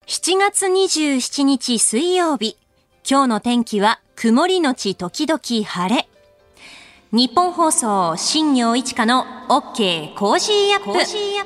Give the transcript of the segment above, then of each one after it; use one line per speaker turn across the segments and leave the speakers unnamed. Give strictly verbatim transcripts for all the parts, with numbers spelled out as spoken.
しちがつにじゅうしちにち水曜日。今日の天気は曇りのち時々晴れ。日本放送新業一華の OK コージーアップ。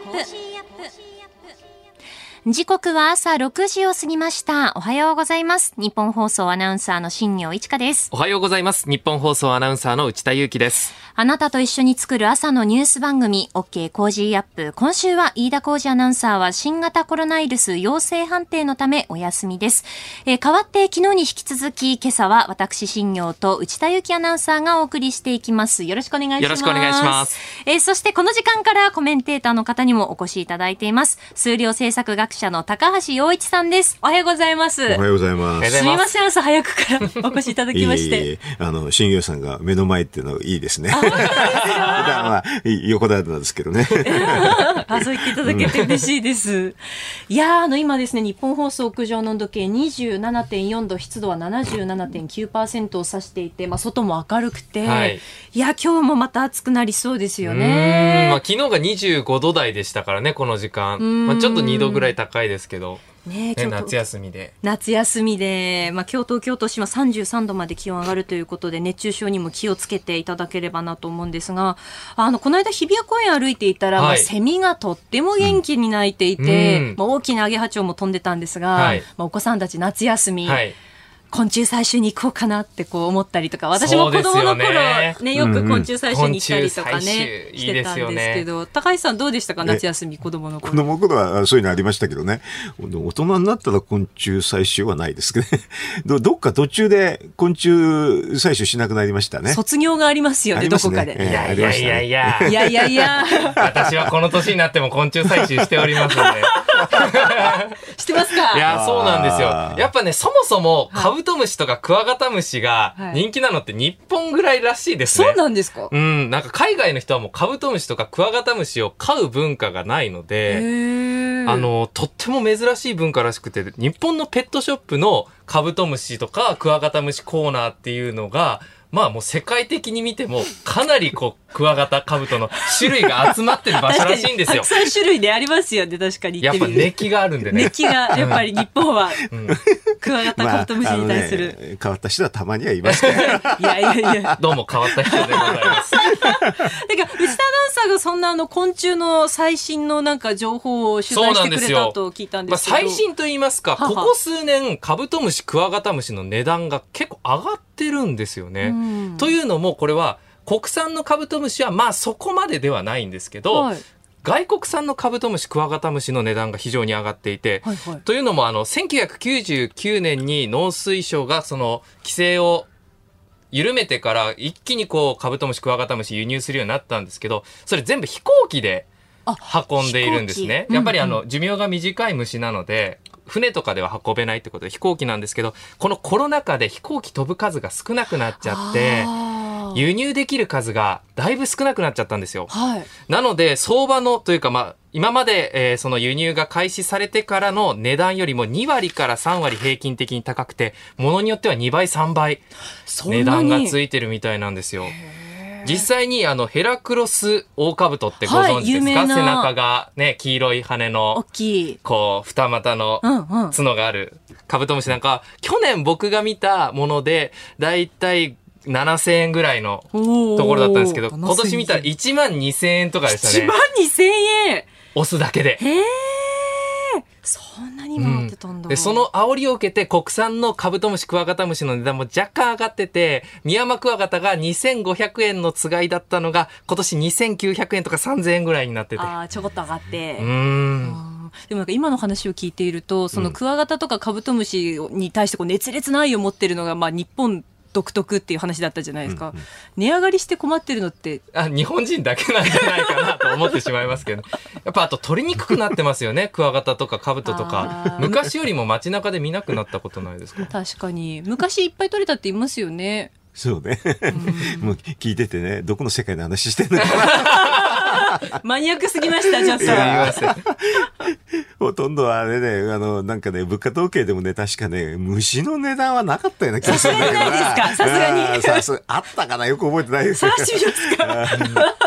時刻は朝ろくじを過ぎました。おはようございます。日本放送アナウンサーの新業一華です。
おはようございます。日本放送アナウンサーの内田裕樹です。
あなたと一緒に作る朝のニュース番組 OK コージーアップ。今週は飯田浩二アナウンサーは新型コロナウイルス陽性判定のためお休みです。えー、代わって昨日に引き続き今朝は私新業と内田裕樹アナウンサーがお送りしていきます。よろしくお願いします。
よろしくお願いします。
えー、そしてこの時間からコメンテーターの方にもお越しいただいています。数量政策学者の高橋洋一さんです。おはようございます。
おはようございます。
すみません、朝早くからお越しいただきまして。いえいえ、
あの新業さんが目の前っていうのはいいですね。普段は横だったんですけどね。
あ、そう言っていただけて嬉しいです。うん、いやあの今ですね、日本放送屋上の温度計 にじゅうななてんよんど、湿度は ななじゅうななてんきゅうパーセント を指していて、まあ、外も明るくて、はい、いや今日もまた暑くなりそうですよね。
うん、まあ、昨日がにじゅうごど台でしたからね、この時間。まあ、ちょっとにどぐらい高いですけど。ね、ね、夏休みで
夏休みで、まあ、今日東京都心はさんじゅうさんどまで気温上がるということで、熱中症にも気をつけていただければなと思うんですが、あのこの間日比谷公園歩いていたら、はい、まあ、セミがとっても元気に鳴いていて、うん、まあ、大きなアゲハチョウも飛んでたんですが、はい、まあ、お子さんたち夏休み、はい、昆虫採集に行こうかなってこう思ったりとか、私も子供の頃 ね, ねよく昆虫採集に行ったりとかね、うんうん、してたんですけど、高橋さんどうでしたか、夏休み子供の頃。
子供の頃はそういうのありましたけどね、大人になったら昆虫採集はないですけどね。ど, どっか途中で昆虫採集しなくなりましたね。
卒業がありますよ ね, ねどこかで、
えー、いやいやいやいや
いやいやいや
私はこの年になっても昆虫採集しておりますので。
してますか。
いやそうなんですよ。やっぱね、そもそもカブトムシとかクワガタムシが人気なのって日本ぐらいらしいですね。
そうなんですか。
うん、なんか海外の人はもうカブトムシとかクワガタムシを飼う文化がないので、あのとっても珍しい文化らしくて、日本のペットショップのカブトムシとかクワガタムシコーナーっていうのが、まあもう世界的に見てもかなりこうクワガタカブトの種類が集まってる場所らしいんですよ。
たくさん種類でありますよね。確かに
やっぱ熱気があるんでね。
熱気がやっぱり日本は、うん、クワガタカブトムシに対する、
まあね、変わった人はたまにはいますけど。い
やいやいや。
どうも変わった人でございます。
てか内田アナウンサーがそんなあの昆虫の最新のなんか情報を取材してくれたと聞いたんですけど。
まあ、最新と言いますか、ははここ数年カブトムシクワガタムシの値段が結構上がってるんですよね。というのもこれは国産のカブトムシはまあそこまでではないんですけど、はい、外国産のカブトムシクワガタムシの値段が非常に上がっていて、はいはい、というのもあのせんきゅうひゃくきゅうじゅうきゅうねんに農水省がその規制を緩めてから一気にこうカブトムシクワガタムシ輸入するようになったんですけど、それ全部飛行機で運んでいるんですね。やっぱりあの寿命が短い虫なので船とかでは運べないってことで飛行機なんですけど、このコロナ禍で飛行機飛ぶ数が少なくなっちゃって輸入できる数がだいぶ少なくなっちゃったんですよ。はい、なので相場のというか、まあ、今まで、えー、その輸入が開始されてからの値段よりもにわりからさんわり平均的に高くて、ものによってはにばいさんばい値段がついてるみたいなんですよ。実際にあのヘラクロスオオカブトってご存知ですか？はい、背中がね黄色い羽の大きいこう二股の角があるカブトムシなんか、去年僕が見たものでだいたいななせんえんぐらいのところだったんですけど、今年見たらいちまんにせんえんとかでしたね。
いちまんにせんえん
オスだけで。
へー、そんなに回ってたんだ。うん、
でその煽りを受けて国産のカブトムシクワガタムシの値段も若干上がってて、ミヤマクワガタがにせんごひゃくえんのつがいだったのが今年にせんきゅうひゃくえんとかさんぜんえんぐらいになってて、
あーちょこっと上がって、
うーん
でもなんか今の話を聞いていると、そのクワガタとかカブトムシに対してこう熱烈な愛を持ってるのがまあ日本独特っていう話だったじゃないですか。うんうん、値上がりして困ってるのって
あ日本人だけなんじゃないかなと思ってしまいますけど、やっぱあと取りにくくなってますよね。クワガタとかカブトとか昔よりも街中で見なくなったことないですか？
確かに昔いっぱい取れたって言いますよね。
そうね。もう聞いててね、どこの世界の話してんのかな。
マニアックすぎました、ちょっと。い
やほとんどあれね、あの、なんかね、物価統計でもね、確かね、虫の値段はなかったような気がするんだけどな。
さすがにないですか？さすがに。
さすあったかな、よく覚えてないです。
探してみますか？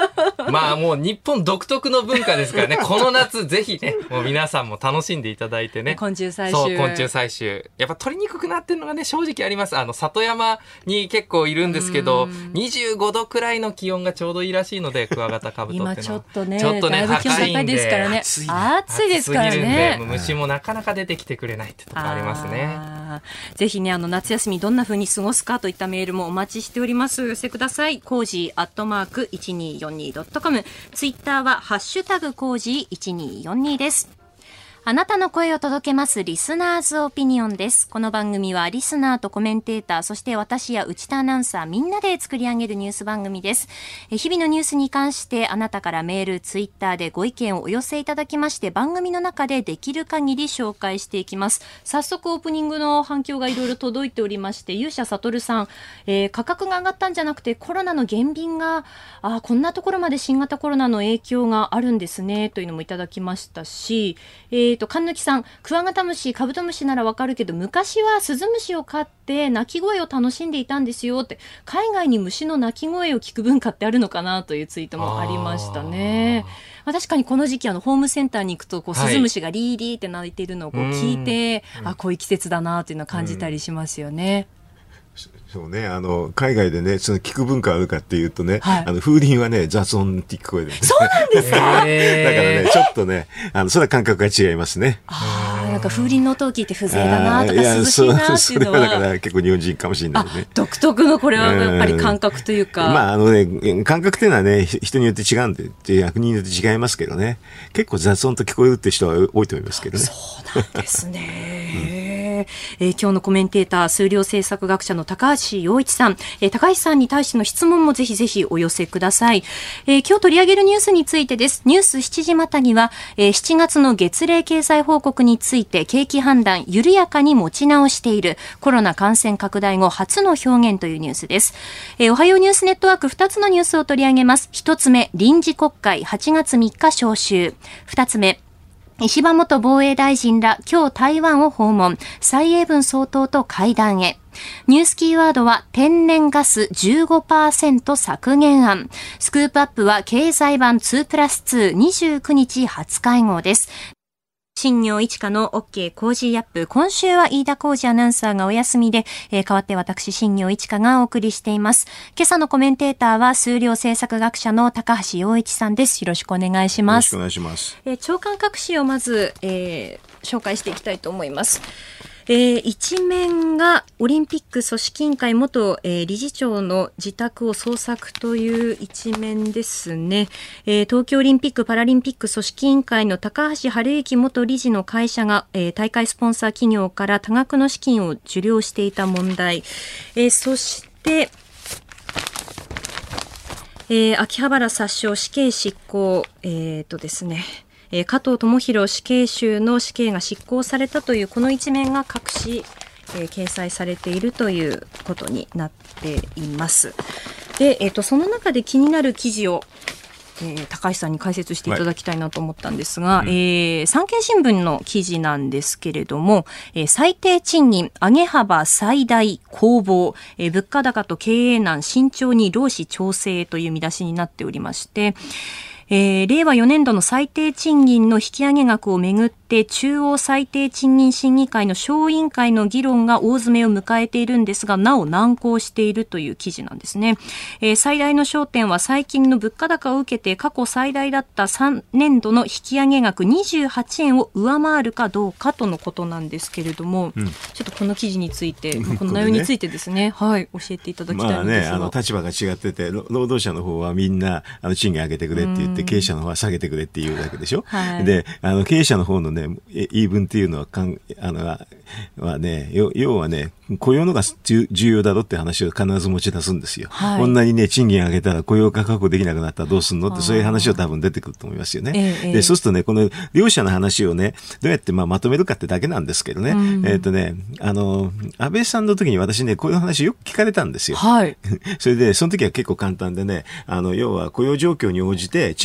まあもう日本独特の文化ですからね、この夏ぜひね、もう皆さんも楽しんでいただいてね。
昆虫採集。
そう、昆虫採集。やっぱ取りにくくなってるのがね、正直あります。あの、里山に結構いるんですけど、にじゅうごどくらいの気温がちょうどいいらしいので、クワガタカブトってのは。
今ちょっとね、
ちょっとね、
だいぶ気温高いですからね。暑い、暑いですからね。
もう虫もなかなか出てきてくれないってとこありますね。
ぜひね、あの、夏休みどんな風に過ごすかといったメールもお待ちしております。寄せください。コージーアットマーク いちにーよんにードットコム。ツイッターはハッシュタグコージーいちにーよんにーです。あなたの声を届けますリスナーズオピニオンです。この番組はリスナーとコメンテーター、そして私や内田アナウンサーみんなで作り上げるニュース番組です。日々のニュースに関してあなたからメール、ツイッターでご意見をお寄せいただきまして、番組の中でできる限り紹介していきます。早速オープニングの反響がいろいろ届いておりまして、勇者悟さん、えー、価格が上がったんじゃなくてコロナの減便があこんなところまで新型コロナの影響があるんですねというのもいただきましたし、えーと、神貫さん、クワガタムシ、カブトムシならわかるけど、昔はスズムシを飼って鳴き声を楽しんでいたんですよって、海外に虫の鳴き声を聞く文化ってあるのかなというツイートもありましたね。まあ、確かにこの時期あのホームセンターに行くとこうスズムシがリーリーって鳴いているのをこう聞いて、はい、あこういう季節だなというのを感じたりしますよね。
そうね、あの海外でね、その聞く文化あるかっていうとね、はい、あの風鈴はね雑音って聞こえるんです、ね、
そうなんですか。だから
ねちょっとね、あのそれは感覚が違いますね。
ああ、なんか風鈴の音を聞いて風情だなとか涼しいなっていうのは、
それはだから結構日本人かもしれないね。
独特のこれはやっぱり感覚というか、
まああのね感覚っていうのはね人によって違うんで、役人によって違いますけどね、結構雑音と聞こえるって人は多いと思いますけどね。
そうなんですね。うんえー、今日のコメンテーター、数量政策学者の高橋洋一さん、えー、高橋さんに対しての質問もぜひぜひお寄せください。えー、今日取り上げるニュースについてです。ニュースしちじまたぎは、えー、しちがつの月例経済報告について景気判断緩やかに持ち直している、コロナ感染拡大後初の表現というニュースです。えー、おはようニュースネットワークふたつのニュースを取り上げます。ひとつめ、臨時国会はちがつみっか召集。ふたつめ、石破元防衛大臣ら今日台湾を訪問、蔡英文総統と会談へ。ニュースキーワードは天然ガス じゅうごパーセント 削減案。スクープアップは経済版にプラスに、にじゅうくにち初会合です。新業一華の OK 工事アップ。今週は飯田浩二アナウンサーがお休みで、えー、代わって私新業一華がお送りしています。今朝のコメンテーターは数量政策学者の高橋洋一さんです。よろしくお願いします。
よろしくお願いします。
えー、朝刊各紙をまず、えー、紹介していきたいと思います。えー、一面がオリンピック組織委員会元、えー、理事長の自宅を捜索という一面ですね。えー、東京オリンピック・パラリンピック組織委員会の高橋治之元理事の会社が、えー、大会スポンサー企業から多額の資金を受領していた問題。えー、そして、えー、秋葉原殺傷死刑執行、えーとですね、加藤智弘死刑囚の死刑が執行されたというこの一面が各紙、えー、掲載されているということになっています。で、えーと、その中で気になる記事を、えー、高橋さんに解説していただきたいなと思ったんですが、はい、えー、産経新聞の記事なんですけれども、えー、最低賃金上げ幅最大攻防、えー、物価高と経営難慎重に労使調整という見出しになっておりまして、えー、れいわよねんどの最低賃金の引き上げ額をめぐって中央最低賃金審議会の小委員会の議論が大詰めを迎えているんですが、なお難航しているという記事なんですね。えー、最大の焦点は最近の物価高を受けて過去最大だったさんねんどの引き上げ額にじゅうはちえんを上回るかどうかとのことなんですけれども、うん、ちょっとこの記事について、この内容についてですね、はい、教えていただきたいんですが、
まあね、あの立場が違ってて、労働者の方はみんなあの賃金上げてくれって言って、経営者の方は下げてくれっていうだけでしょ、はい、であの経営者の方のね言い分っていうのはかんあのはね要はね雇用のが重要だろって話を必ず持ち出すんですよ、はい、こんなにね賃金上げたら雇用が確保できなくなったらどうすんのって、そういう話を多分出てくると思いますよね、ええ、でそうするとねこの両者の話をねどうやってまあまとめるかってだけなんですけどね、うん、えっとねあの安倍さんの時に私ねこういう話よく聞かれたんですよ、はい、それでその時は結構簡単でねあの要は雇用状況に応じて賃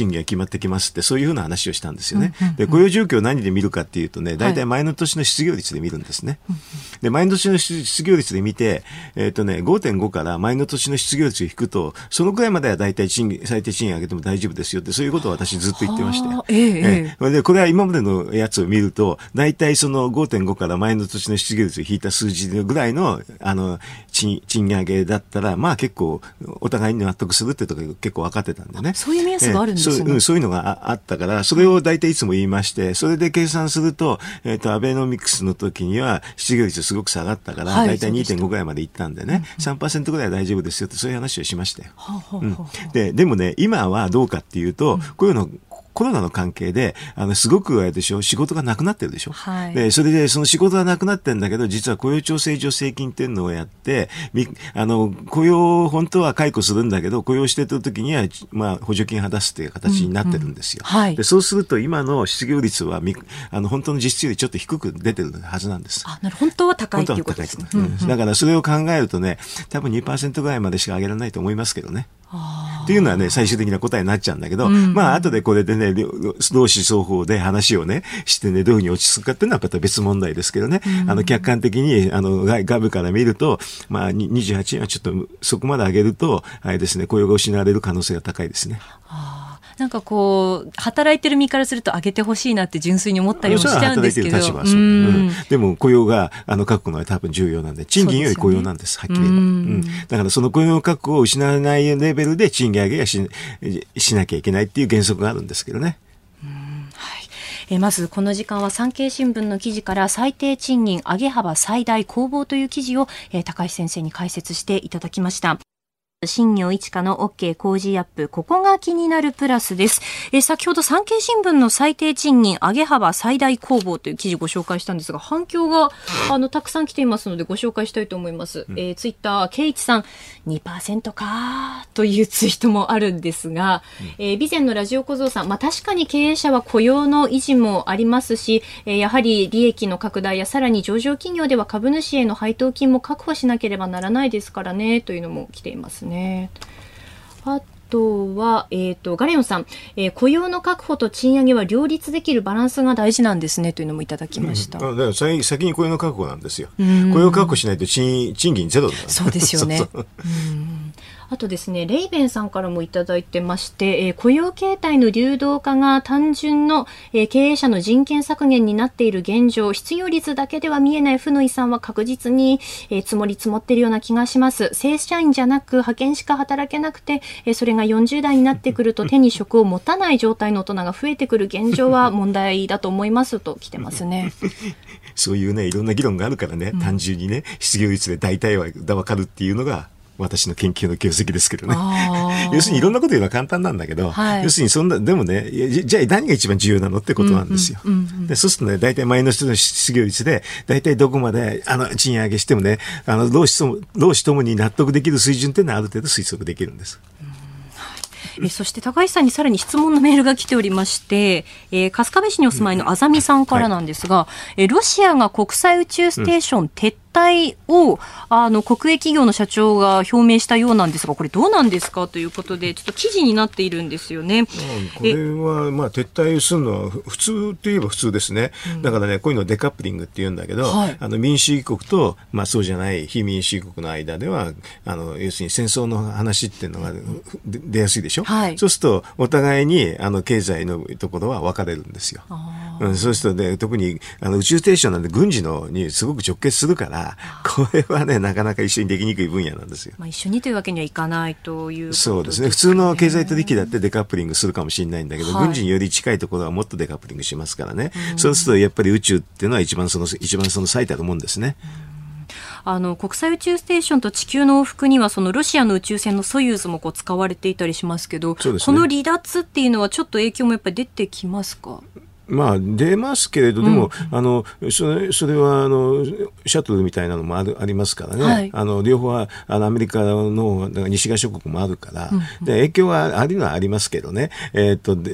賃金が決まってきますって、そういうふうな話をしたんですよね。うんうんうん、で雇用状況を何で見るかっていうとね、大体前の年の失業率で見るんですね。はい、で前の年の失業率で見て、えーとね、ごてんご から前の年の失業率を引くと、そのくらいまでは大体賃金最低賃金上げても大丈夫ですよって、そういうことを私ずっと言ってましたよ。えーえー、でこれは今までのやつを見ると、大体その ごてんご から前の年の失業率を引いた数字ぐらいのあの 賃, 賃金上げだったら、まあ結構お互いに納得するってところが結構分かってたんでね。
そういう目安があるんですね。
えー、そう、うん、そういうのが あ, あったから、それを大体いつも言いまして、それで計算すると、えっと、アベノミクスの時には失業率すごく下がったから、はい、大体 にてんご ぐらいまでいったんでね、うんうん、さんパーセント ぐらいは大丈夫ですよって、そういう話をしましたよ。はあはあうん、で, でもね、今はどうかっていうと、うん、こういうのコロナの関係で、あの、すごくあれでしょ、仕事がなくなってるでしょ。はい。で、それで、その仕事がなくなってるんだけど、実は雇用調整助成金っていうのをやって、あの、雇用、本当は解雇するんだけど、雇用してる時には、まあ、補助金を出すっていう形になってるんですよ。うんうん、はい。で、そうすると、今の失業率は、あの、本当の実質よりちょっと低く出てるはずなんです。
あ、なるほど。本当は高いっていうことですね。
本当は高い。うんうん、だから、それを考えるとね、多分 にパーセント ぐらいまでしか上げられないと思いますけどね。っていうのはね、最終的な答えになっちゃうんだけど、うん、まあ、後でこれでね、労使双方で話をね、してね、どういうふうに落ち着くかっていうのはまた別問題ですけどね、うん、あの、客観的に、あの、外部から見ると、まあ、にじゅうはちえんはちょっと、そこまで上げると、あれですね、雇用が失われる可能性が高いですね。
なんかこう、働いてる身からすると上げてほしいなって純粋に思ったりもしちゃうんですけど。働いてる立場はそう。うん、
でも雇用が、あの、確保のは多分重要なんで、賃金より雇用なんです、はっきり言えば。うん、だからその雇用確保を失わないレベルで賃金上げが し, しなきゃいけないっていう原則があるんですけどね。
えまずこの時間は産経新聞の記事から最低賃金上げ幅最大攻防という記事を、えー、高橋先生に解説していただきました。新業一課の OK 工事アップ、ここが気になるプラスです。え先ほど産経新聞の最低賃金上げ幅最大攻防という記事をご紹介したんですが、反響があのたくさん来ていますのでご紹介したいと思います。うん、えー、ツイッター、ケイイチさん にパーセント かというツイートもあるんですが、うん、えー、備前のラジオ小僧さん、まあ、確かに経営者は雇用の維持もありますし、えー、やはり利益の拡大やさらに上場企業では株主への配当金も確保しなければならないですからねというのも来ていますね。あとは、えーと、ガレオンさん、えー、雇用の確保と賃上げは両立できるバランスが大事なんですねというのもいただきました。
うん、だから先、先に雇用の確保なんですよ。雇用確保しないと 賃, 賃金ゼロだから。
そうですよね。そうそううんあとですね、レイベンさんからもいただいてまして、えー、雇用形態の流動化が単純の、えー、経営者の人件削減になっている現状、失業率だけでは見えない負の遺産は確実に、えー、積もり積もっているような気がします。正社員じゃなく派遣しか働けなくて、えー、それがよんじゅう代になってくると手に職を持たない状態の大人が増えてくる現状は問題だと思いますと来てますね。
そういうね、いろんな議論があるからね、うん、単純にね、失業率で大体は分かるっていうのが私の研究の業績ですけどね。要するにいろんなこと言うのは簡単なんだけど、はい、要するにそんな、でもね、じゃあ何が一番重要なのってことなんですよ。うんうんうんうん、でそうするとね、大体前の人の失業率で、大体どこまであの賃上げしてもね、あの労使とも、労使ともに納得できる水準っていうのはある程度推測できるんです。
えそして高橋さんにさらに質問のメールが来ておりまして、えー、春日部市にお住まいのあざみさんからなんですが、うんはい、えロシアが国際宇宙ステーション撤退を、うん、あの国営企業の社長が表明したようなんですが、これどうなんですかということでちょっと記事になっているんですよね。うん、こ
れはまあ撤退するのは普通といえば普通ですね。うん、だからね、こういうのをデカップリングって言うんだけど、はい、あの民主主義国と、まあ、そうじゃない非民主主義国の間ではあの要するに戦争の話っていうのが出やすいでしょ。はい、そうするとお互いにあの経済のところは分かれるんですよ。うん、そうすると、ね、特にあの宇宙ステーションなんで軍事のにすごく直結するからこれはねなかなか一緒にできにくい分野なんですよ。
まあ、一緒にというわけにはいかないということですね。
そうですね。普通の経済取引だってデカップリングするかもしれないんだけど、はい、軍事により近いところはもっとデカップリングしますからね。そうするとやっぱり宇宙っていうのは一番その一番その最たるもんですね。
あの国際宇宙ステーションと地球の往復にはそのロシアの宇宙船のソユーズもこう使われていたりしますけど、そうですね、この離脱っていうのはちょっと影響もやっぱり出てきますか？
まあ、出ますけれど、でも、うん、あのそれ、それはあのシャトルみたいなのもあるありますからね、はい、あの両方はあのアメリカの西側諸国もあるから、うん、で影響はあるのはありますけどね、えー、っとで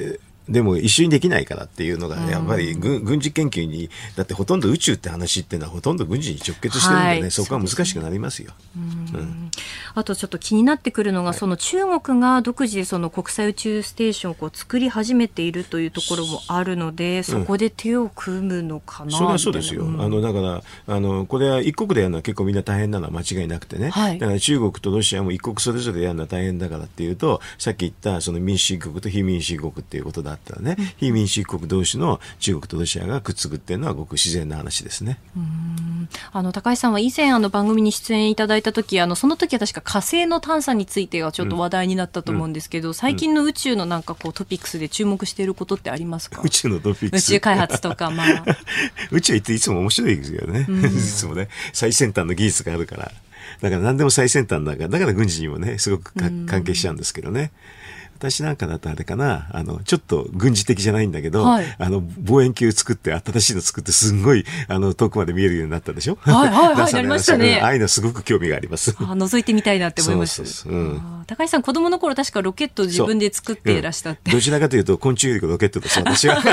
でも一緒にできないからっていうのがやっぱり 軍, 軍事研究にだってほとんど宇宙って話っていうのはほとんど軍事に直結してるんでね、はい、そこは難しくなりますよ。
うん、うん、あとちょっと気になってくるのが、はい、その中国が独自でその国際宇宙ステーションをこう作り始めているというところもあるので、そこで手を組むのかな、うん、
それはそうですよ、うん、あのだからあのこれは一国でやるのは結構みんな大変なのは間違いなくてね、はい、だから中国とロシアも一国それぞれやるのは大変だからっていうと、さっき言ったその民主主義国と非民主主義国っていうことだったらね、非民主主義国同士の中国とロシアがくっつくっていうのはごく自然な話ですね。
うーん、あの高橋さんは以前あの番組に出演いただいた時、あのその時は確か火星の探査についてがちょっと話題になったと思うんですけど、うん、最近の宇宙のなんかこうトピックスで注目していることってありますか？
宇宙のトピックス、
宇宙開発とか、まあ、
宇宙っていつも面白いですよね、うん、いつもね最先端の技術があるから、だから何でも最先端だから、だから軍事にもねすごくか関係しちゃうんですけどね。私なんかだとあれかな、あのちょっと軍事的じゃないんだけど、はい、あの望遠鏡作って新しいの作ってすんごいあの遠くまで見えるようになったでしょ。
はいはいはいなりましたね。
ああいうのすごく興味があります。
あ、覗いてみたいなって思います。そうそうそう、うん、高橋さん子供の頃確かロケットを自分で作っていらしたって、
うん、どちらかというと昆虫よりロケットです私は。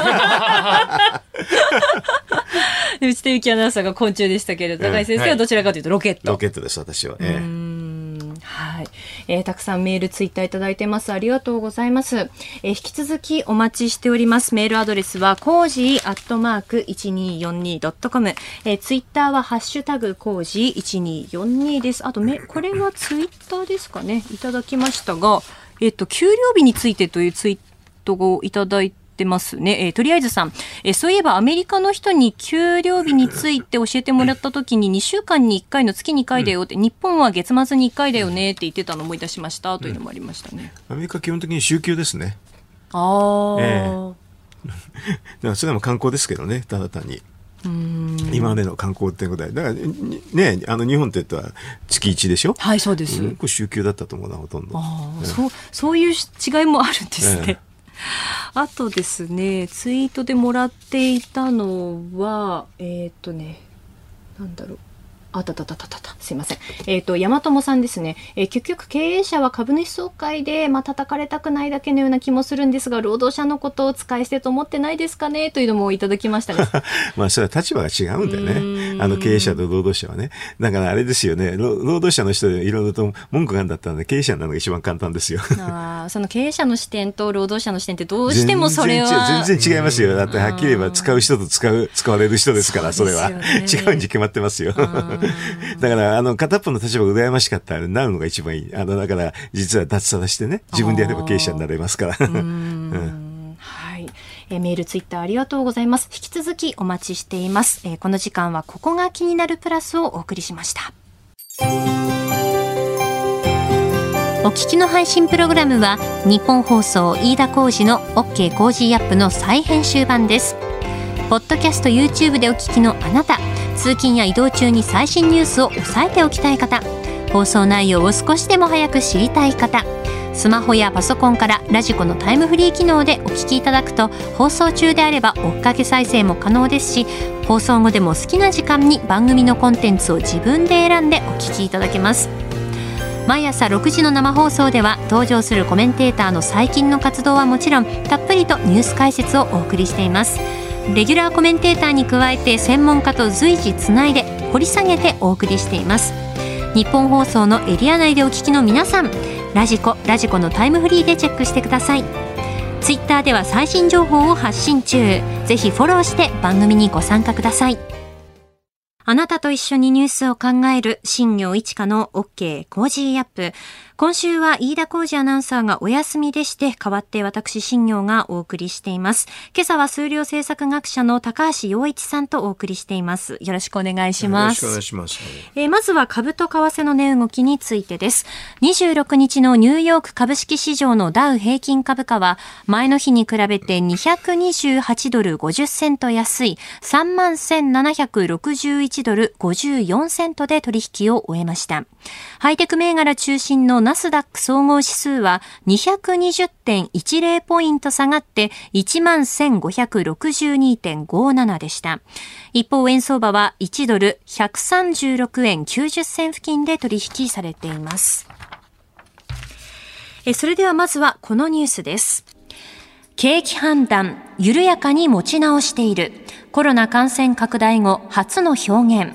内田有紀アナウンサーが昆虫でしたけれど、高橋先生はどちらかというとロケット、
ロケットです私は、ええ、うー
ん、はい、えー、たくさんメールツイッターいただいてます。ありがとうございます。えー、引き続きお待ちしております。メールアドレスはコージーアットマーク いちにーよんにードットコム、えー、ツイッターはハッシュタグコージーいちにーよんにーです。あとめこれはツイッターですかね、いただきましたが、えっと給料日についてというツイートをいただいてますね。えー、とりあえずさん、えー、そういえばアメリカの人に給料日について教えてもらったときににしゅうかんにいっかいの月にかいだよって、うん、日本は月末にいっかいだよねって言ってたのを思い出しましたというのもありましたね。
うん、アメリカは基本的に週休ですね。
あー、え
ー、だからそれも観光ですけどね、ただ単に。うーん、今までの観光ってことで、だからね、あの日本って言ったら月いちでしょ。
はい、そうです。
うん、これ週休だったと思うな、ほとんど。
あ、うん、そう、そういう違いもあるんですね。えーあとですね、ツイートでもらっていたのは、えっとね、なんだろう。あたたたたたた、すいません。えっと、山友さんですね。えー、結局経営者は株主総会で、まあ、叩かれたくないだけのような気もするんですが、労働者のことを使い捨てと思ってないですかねというのもいただきましたね。
まあ、それは立場が違うんだよね。あの経営者と労働者はね。だからあれですよね。労働者の人でいろいろと文句があるんだったら、ね、経営者なのが一番簡単ですよ。
あ、その経営者の視点と労働者の視点ってどうしてもそれは。
全然違いますよ。だってはっきり言えば使う人と使う、使われる人ですから、それは。違うに決まってますよ。だから、あの、片っぽの立場が羨ましかったらなるのが一番いい。あの、だから、実は脱サラしてね、自分でやれば経営者になれますから。うん、
はい。えー、メール、ツイッターありがとうございます。引き続きお待ちしています。えー、この時間はここが気になるプラスをお送りしました。お聞きの配信プログラムは、日本放送飯田浩司の OK コージーアップの再編集版です。ポッドキャスト YouTube でお聞きのあなた、通勤や移動中に最新ニュースを押さえておきたい方、放送内容を少しでも早く知りたい方、スマホやパソコンからラジコのタイムフリー機能でお聞きいただくと、放送中であれば追っかけ再生も可能ですし、放送後でも好きな時間に番組のコンテンツを自分で選んでお聞きいただけます。毎朝ろくじの生放送では、登場するコメンテーターの最近の活動はもちろん、たっぷりとニュース解説をお送りしています。レギュラーコメンテーターに加えて、専門家と随時つないで掘り下げてお送りしています。日本放送のエリア内でお聞きの皆さん、ラジコ、ラジコのタイムフリーでチェックしてください。ツイッターでは最新情報を発信中。ぜひフォローして番組にご参加ください。あなたと一緒にニュースを考える新業一華の OK コージーアップ。今週は飯田浩司アナウンサーがお休みでして、代わって私新業がお送りしています。今朝は数量政策学者の高橋洋一さんとお送りしています。よろしくお願いします。
よろしくお願いします。
えー、まずは株と為替の値動きについてです。にじゅうろくにちのニューヨーク株式市場のダウ平均株価は、前の日に比べてにひゃくにじゅうはちドルごじゅっセント安い さんまんせんななひゃくろくじゅういちドルごじゅうよんセントで取引を終えました。ハイテク銘柄中心のナスダック総合指数は にひゃくにじゅってんいちゼロ ポイント下がって いちまんせんごひゃくろくじゅうにてんごなな でした。一方、円相場はいちドルひゃくさんじゅうろくえんきゅうじゅっせん付近で取引されています。えそれではまずはこのニュースです。 景気判断、緩やかに持ち直している。コロナ感染拡大後、初の表現。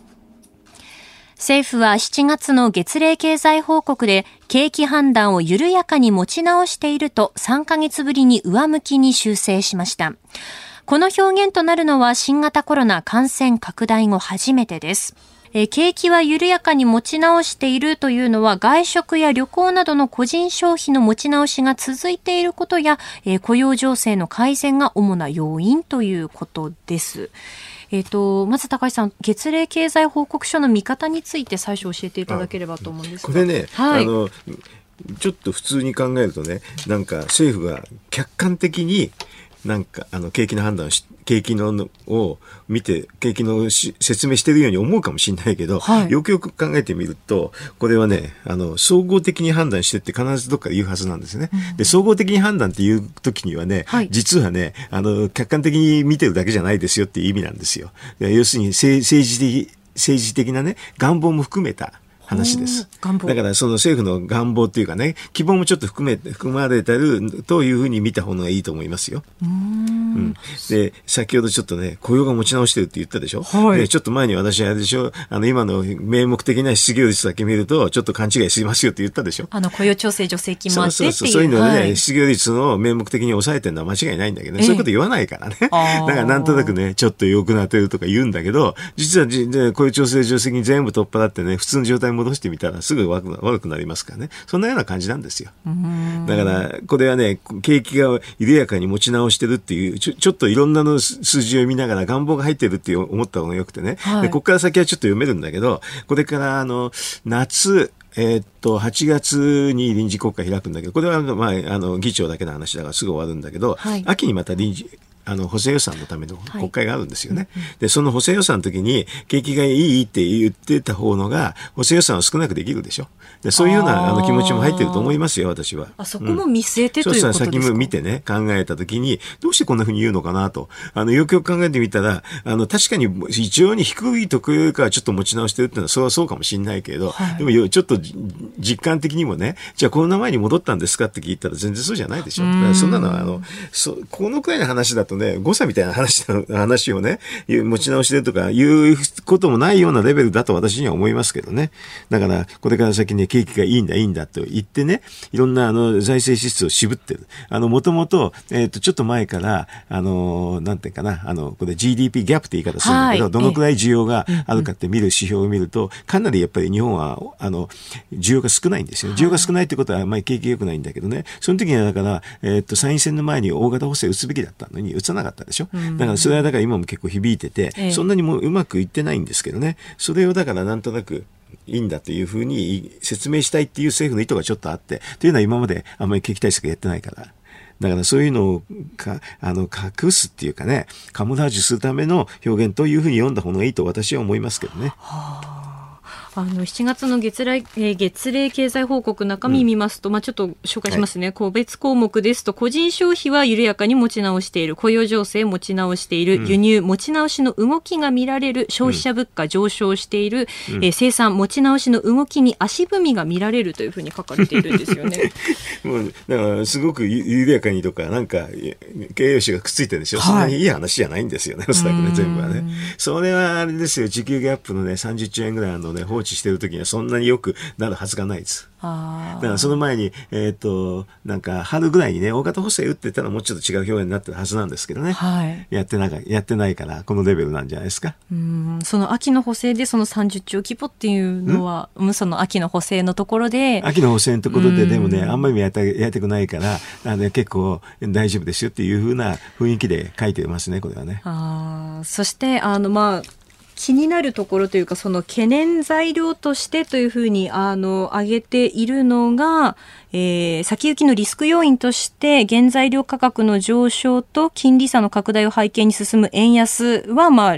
政府はしちがつの月例経済報告で景気判断を緩やかに持ち直しているとさんかげつぶりに上向きに修正しました。この表現となるのは新型コロナ感染拡大後初めてです。えー、景気は緩やかに持ち直しているというのは外食や旅行などの個人消費の持ち直しが続いていることや、えー、雇用情勢の改善が主な要因ということです。えっと、まず高橋さん、月例経済報告書の見方について最初教えていただければと思うんですが。
これね、
はい、
あのちょっと普通に考えるとね、なんか政府が客観的になんかあの景気の判断をし景気のを見て景気のし説明しているように思うかもしれないけど、はい、よくよく考えてみるとこれはね、あの総合的に判断してって必ずどっかで言うはずなんですね、うん、で総合的に判断っていう時にはね、はい、実はね、あの客観的に見てるだけじゃないですよっていう意味なんですよ。要するに政治的政治的なね願望も含めた話です。だからその政府の願望というかね、希望もちょっと含め含まれてるというふうに見た方がいいと思いますよ。うーん、うん、で先ほどちょっとね雇用が持ち直してるって言ったでしょ、はい、でちょっと前に私あれでしょ、あの今の名目的な失業率だけ見るとちょっと勘違いしますよって言ったでしょ。
あの雇用調整助成金もあってっていう、
そうそうそう、そういうのでね、はい、失業率の名目的に抑えてるのは間違いないんだけどね、えー、そういうこと言わないからね。だからなんとなくねちょっと良くなってるとか言うんだけど、実はじ雇用調整助成金全部取っ払ってね普通の状態に戻してみたらすぐ悪く、悪くなりますからね。そんなような感じなんですよ。だからこれはね景気が緩やかに持ち直してるっていうちょ、ちょっといろんなの数字を見ながら願望が入ってるって思った方がよくてね、はい、でここから先はちょっと読めるんだけど、これからあの夏えー、っとはちがつに臨時国会開くんだけど、これは、まあ、あの議長だけの話だからすぐ終わるんだけど、はい、秋にまた臨時あの補正予算のための国会があるんですよね、はい、でその補正予算の時に景気がいいって言ってた方のが補正予算を少なくできるでしょ。でそういうようなあの気持ちも入ってると思いますよ、私は。
あそこも見据えて、うん、ということですか。
先も見てね考えた時にどうしてこんな風に言うのかなと、あのよくよく考えてみたら、あの確かに非常に低いところよりかはちょっと持ち直してるっていうのはそれはそうかもしれないけれど、はい、でもちょっと実感的にもね、じゃあコロナ前に戻ったんですかって聞いたら全然そうじゃないでしょ。だからそんなのはあのそこのくらいの話だとね、誤差みたいな話話をね持ち直してるとかいうこともないようなレベルだと私には思いますけどね。だからこれから先ね景気がいいんだいいんだと言ってね、いろんなあの財政支出を渋ってる。あのもともとえっとちょっと前からあのなんていうかな、あのこれ ジーディーピー ギャップって言い方するんだけど、はい、どのくらい需要があるかって見る指標を見るとかなりやっぱり日本はあの需要が少ないんですよ。需要が少ないってことはあんまり景気が良くないんだけどね。その時にはだからえっと参院選の前に大型補正打つべきだったのに打たなかったでしょ。だからそれはだから今も結構響いてて、ええ、そんなにもうまくいってないんですけどね。それをだからなんとなくいいんだというふうに説明したいっていう政府の意図がちょっとあって、というのは今まであんまり景気対策やってないから。だからそういうのをかあの隠すっていうかね、カモフラージュするための表現というふうに読んだ方がいいと私は思いますけどね。はあ、
あのしちがつの月例、えー、月例経済報告中身見ますと、うん、まあ、ちょっと紹介しますね、はい、個別項目ですと個人消費は緩やかに持ち直している、雇用情勢持ち直している、うん、輸入持ち直しの動きが見られる、消費者物価上昇している、うん、えー、生産持ち直しの動きに足踏みが見られるというふうに書かれているんですよね。
もうだからすごく緩やかにとかなんか形容詞がくっついてるんでしょ、はい、そんなにいい話じゃないんですよね、おそらくね、全部はね。それはあれですよ、時給ギャップのねさんじゅっちょうえんぐらいのね放置してる時にはそんなによくなるはずがないです。あだからその前に、えー、となんか春ぐらいにね大型補正打ってたらもうちょっと違う表現になってるはずなんですけどね、はい、やってなかやってないからこのレベルなんじゃないですか。
うん、その秋の補正でそのさんじゅっちょう規模っていうのは、うん、その秋の補正のところで
秋の補正のところででもねあんまりやりたやりたくないからあの結構大丈夫ですよっていう風な雰囲気で書いてますね、これはね。
あそしてあのまあ気になるところというか、その懸念材料としてというふうにあの挙げているのが、えー、先行きのリスク要因として原材料価格の上昇と金利差の拡大を背景に進む円安は、まあ、リス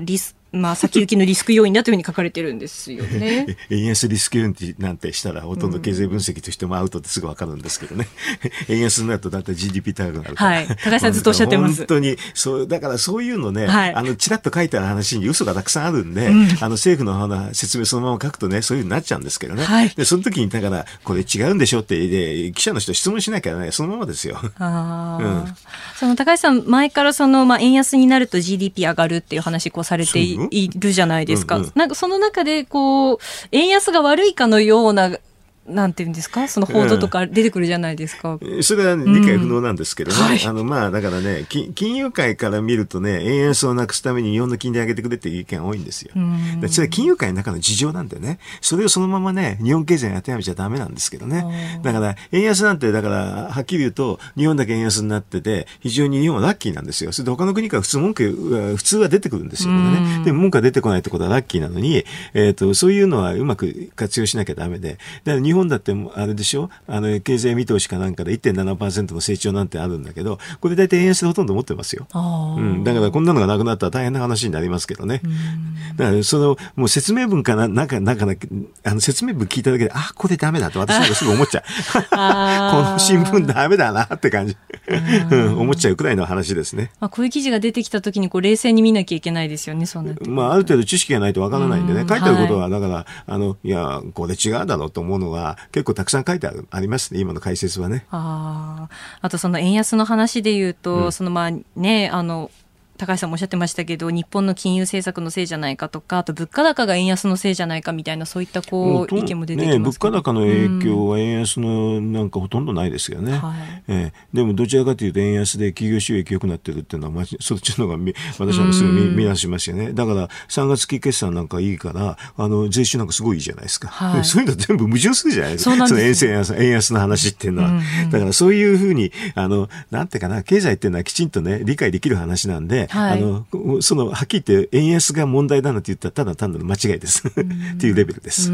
まあ、先行きのリスク要因だというふうに書かれてるんですよね。
円安リスク要因なんてしたらほとんど経済分析としてもアウトってすぐ分かるんですけどね。円安になるとだいたい ジーディーピー 高くなるから。
はい。高橋さんずっとおっしゃってます。
本当に、そう、だからそういうのね、
はい、
あの、ちらっと書いてある話に嘘がたくさんあるんで、うん、あの、政府の説明そのまま書くとね、そういう風になっちゃうんですけどね。はい、で、その時に、だから、これ違うんでしょって、で、記者の人質問しなきゃね、そのままですよ。
あうん、その高橋さん、前からその、まあ、円安になると ジーディーピー 上がるっていう話、こうされて い, いるじゃないですか。うんうん、なんかその中で、こう、円安が悪いかのような、なんていうんですか、その報道とか出てくるじゃないですか。
うん、それは理解不能なんですけどね。うんはい、あの、まあ、だからね、金融界から見るとね、円安をなくすために日本の金利上げてくれっていう意見が多いんですよ。うん、それは金融界の中の事情なんでね、それをそのままね、日本経済に当てはめちゃダメなんですけどね。だから、円安なんて、だから、はっきり言うと、日本だけ円安になってて、非常に日本はラッキーなんですよ。それで他の国から普通文句、普通は出てくるんですよね。でも文句が出てこないってことはラッキーなのに、えっと、そういうのはうまく活用しなきゃダメで。だから日本だって、あれでしょ、あの経済見通しかなんかで いってんななパーセント の成長なんてあるんだけど、これ大体円安でほとんど持ってますよ。うん、だからこんなのがなくなったら大変な話になりますけどね。だからそのもう説明文かな、なんかなんかあの説明文聞いただけで、あ、これダメだと私なんかすぐ思っちゃう。この新聞ダメだなって感じ、うん、思っちゃうくらいの話ですね。
まあ、こういう記事が出てきたときにこう冷静に見なきゃいけないですよね。そうなって。
まあある程度知識がないとわからないんでね。書いてあることはだから、はい、あのいやこれ違うだろうと思うのは結構たくさん書いてあるありますね、今の解説はね。
ああとその円安の話で言うと、うん、そのまあね、あの高橋さんもおっしゃってましたけど、日本の金融政策のせいじゃないかとか、あと物価高が円安のせいじゃないかみたいな、そういったこう意見も出てきます、ね、
物価高の影響は円安のなんかほとんどないですよね、はい、えー、でもどちらかというと円安で企業収益良くなってるっていうのはそっちの方が私はすぐ 見, 見出しますよね。だからさんがつ期決算なんかいいからあの税収なんかすごいいいじゃないですか、はい、そういうの全部矛盾するじゃないですか。そうなんですよ。その円安、円安の話っていうのは、うんうん、だからそういうふうにあのなんていうかな、経済っていうのはきちんとね理解できる話なんで、はい、あのそのはっきり言って円安が問題だなんて言ったらただ単なる間違いですっていうレベルです。
うん、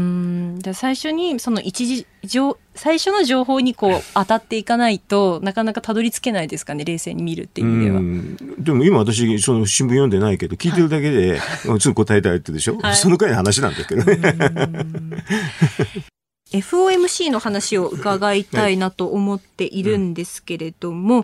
で最初にその一時情最初の情報にこう当たっていかないとなかなかたどり着けないですかね、冷静に見るっていう意味では。うん
でも今私その新聞読んでないけど聞いてるだけで、はい、すぐ答えたいってでしょ、はい、そのくらいの話なんだけどね。
エフオーエムシー の話を伺いたいなと思っているんですけれども、はい、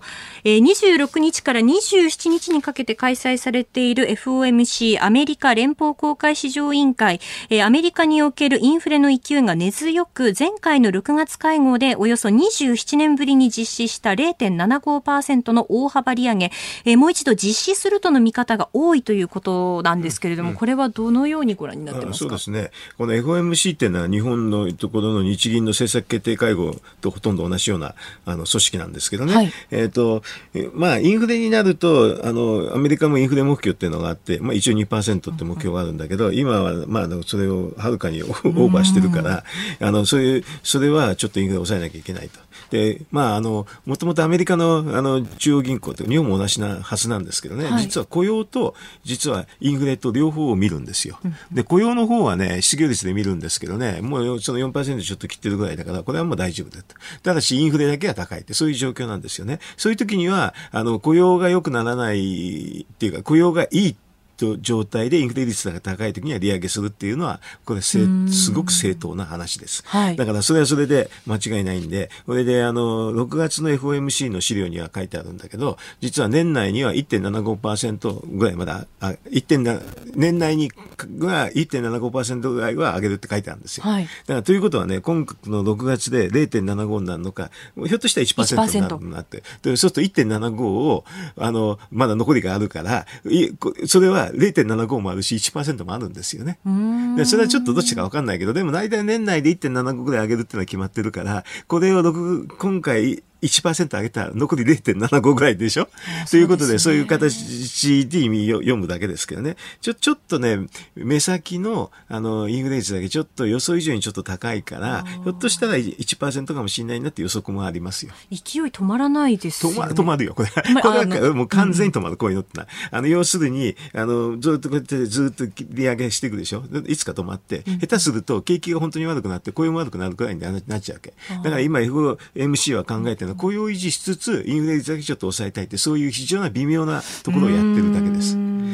えー、にじゅうろくにちからにじゅうしちにちにかけて開催されている エフオーエムシー アメリカ連邦公開市場委員会、えー、アメリカにおけるインフレの勢いが根強く、前回のろくがつ会合でおよそにじゅうななねんぶりに実施した れいてんななごパーセント の大幅利上げ、えー、もう一度実施するとの見方が多いということなんですけれども、うんうん、これはどのようにご覧になってますか。
そうですね、この エフオーエムシー っていうのは日本のところの日銀の政策決定会合とほとんど同じようなあの組織なんですけどね、はい、えーとまあ、インフレになるとあのアメリカもインフレ目標っていうのがあって、まあ、一応 にパーセント って目標があるんだけど、今は、まあ、それをはるかにオーバーしてるからあのそういうそれはちょっとインフレを抑えなきゃいけないと。でまあ、あのもともとアメリカ の, あの中央銀行って日本も同じなはずなんですけどね、はい、実は雇用と実はインフレと両方を見るんですよ。で雇用の方はね失業率で見るんですけどね、もうその よんパーセント ちょっと切ってるぐらいだからこれはもう大丈夫だと。ただしインフレだけは高いってそういう状況なんですよね。そういう時にはあの雇用が良くならないっていうか雇用がいい状態でインフレ率が高い時には利上げするっていうのはこれすごく正当な話です、はい、だからそれはそれで間違いないんで、これであのろくがつの エフオーエムシー の資料には書いてあるんだけど、実は年内には いってんななごパーセント ぐらいまだあ年内にが いってんななごパーセント ぐらいは上げるって書いてあるんですよ、はい、だからということはね今のろくがつで れいてんななご になるのかひょっとしたら いちパーセント になるのなって、でそうすると いってんななご をあのまだ残りがあるからそれは れいてんななご もあるし いちパーセント もあるんですよね。でそれはちょっとどっちか分かんないけど、でも大体年内で いってんななご ぐらい上げるっていうのは決まってるから、これを今回いちパーセント 上げたら残り れいてんななご ぐらいでしょ。ということでそういう形で意味を読むだけですけどね。ちょ、ちょっとね、目先のあのインフレ率だけちょっと予想以上にちょっと高いから、ひょっとしたら いちパーセント かもしれないなって予測もありますよ。
勢い止まらないですよね。
止まる、止まるよ。これ、これはもう完全に止まる、こういうのってな。あの、要するに、あの、ずっとこうやってずっと利上げしていくでしょ。いつか止まって、下手すると景気が本当に悪くなって雇用も悪くなるくらいになっちゃうわけ。だから今 エフオーエムシー は考えてるのは雇用を維持しつつインフレ率だけちょっと抑えたいって、そういう非常な微妙なところをやってるだけです。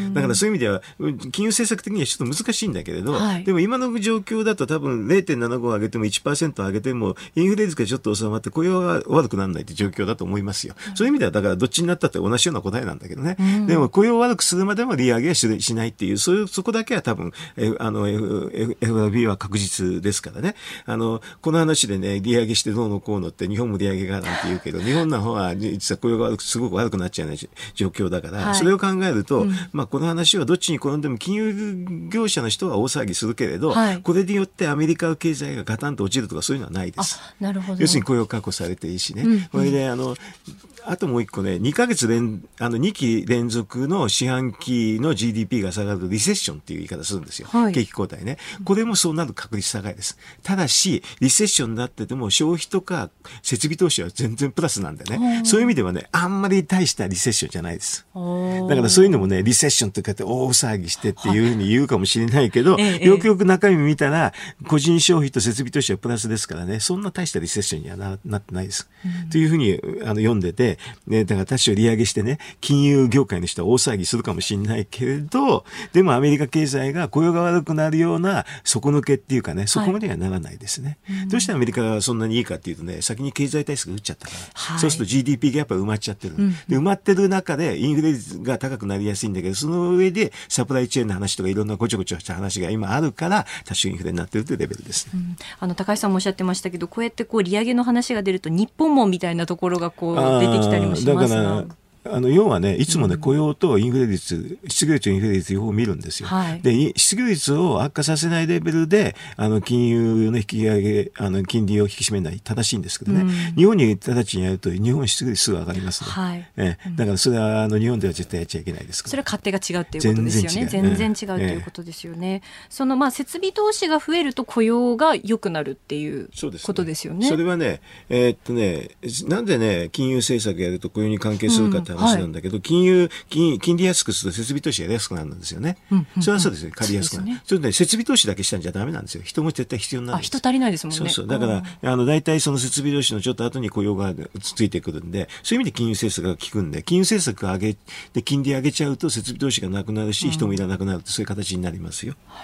だからそういう意味では金融政策的にはちょっと難しいんだけれど、
はい、
でも今の状況だと多分 ゼロてんななご 上げても いちパーセント 上げてもインフレ率がちょっと収まって雇用は悪くならないという状況だと思いますよ。そういう意味ではだからどっちになったって同じような答えなんだけどね、うん、でも雇用を悪くするまでも利上げは し, しないっていう、そういうそこだけは多分えあの エフアールビー は確実ですからね。あのこの話でね、利上げしてどうのこうのって日本も利上げがなんて言うけど、日本の方は実は雇用が悪くすごく悪くなっちゃうような状況だから、はい、それを考えると、うん、まあ、この話はどっちに転んでも金融業者の人は大騒ぎするけれど、はい、これによってアメリカの経済がガタンと落ちるとかそういうのはないです。
あ、なるほど。
要するに雇用確保されていいしね、うんうん、それであのあともう一個ね、にかげつ連あのにき連続の四半期の ジーディーピー が下がるとリセッションっていう言い方するんですよ、はい、景気後退ね。これもそうなる確率高いです。ただしリセッションになってても消費とか設備投資は全然プラスなんでね、そういう意味ではね、あんまり大したリセッションじゃないです。だからそういうのもね、リセッションとかって大騒ぎしてっていうふうに言うかもしれないけど、はい、よくよく中身見たら個人消費と設備投資はプラスですからね、そんな大したリセッションには な, なってないです、うん、というふうにあの読んでて、ね、だから多少利上げしてね、金融業界の人は大騒ぎするかもしれないけれど、でもアメリカ経済が雇用が悪くなるような底抜けっていうかね、そこまではならないですね、はい、どうしてアメリカがそんなにいいかっていうとね、先に経済対策打っちゃったから、はい、そうすると ジーディーピー がやっぱ埋まっちゃってる、うん、で埋まってる中でインフレ率が高くなりやすいんだけど、その上でサプライチェーンの話とかいろんなごちょごちょした話が今あるから多少インフレになってるというレベルです、ね、うん、あの
高橋さんもおっしゃってましたけど、こうやってこう利上げの話が出ると日本もみたいなところがこう出てきたりもしますが、
あの要はね、いつもね、雇用とインフレ率、失業率とインフレ率両方見るんですよ、はい、で失業率を悪化させないレベルであの金融の引き上げ、あの金利を引き締めない正しいんですけどね、うん、日本に直ちにやると日本失業率すぐ上がりますね、はい、えだからそれはあの日本では絶対やっちゃいけないですから。
それは勝手が違うということですよね。全然違う、ということですよね、ええ、そのまあ設備投資が増えると雇用が良くなるっていうことですよね。
それはね、えー、っとねなんでね金融政策やると雇用に関係するかって話なんだけど、うん、はい、金融 金, 金利安くすると設備投資やりやすくなるんですよね、うんうんうん、それはそうですね、借りやすくなる。 そ, ね、それで、ね、設備投資だけしたんじゃダメなんですよ。人も絶対必要になるんです。
あ、人足りないですもんね。
そうそう、だからあの大体その設備投資のちょっと後に雇用がついてくるんで、そういう意味で金融政策が効くんで、金融政策が上げで金利上げちゃうと設備投資がなくなるし、うん、人もいらなくなると、そういう形になりますよ、はい。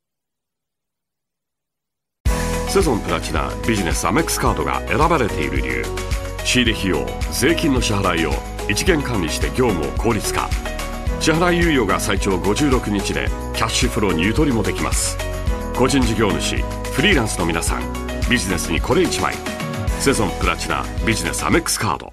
セゾンプラチナビジネスアメックスカードが選ばれている理由、仕入れ費用、税金の支払いを一元管理して業務を効率化、支払い猶予が最長ごじゅうろくにちでキャッシュフローにゆとりもできます。個人事業主、フリーランスの皆さん、ビジネスにこれいちまい、セゾンプラチナビジネスアメックスカード。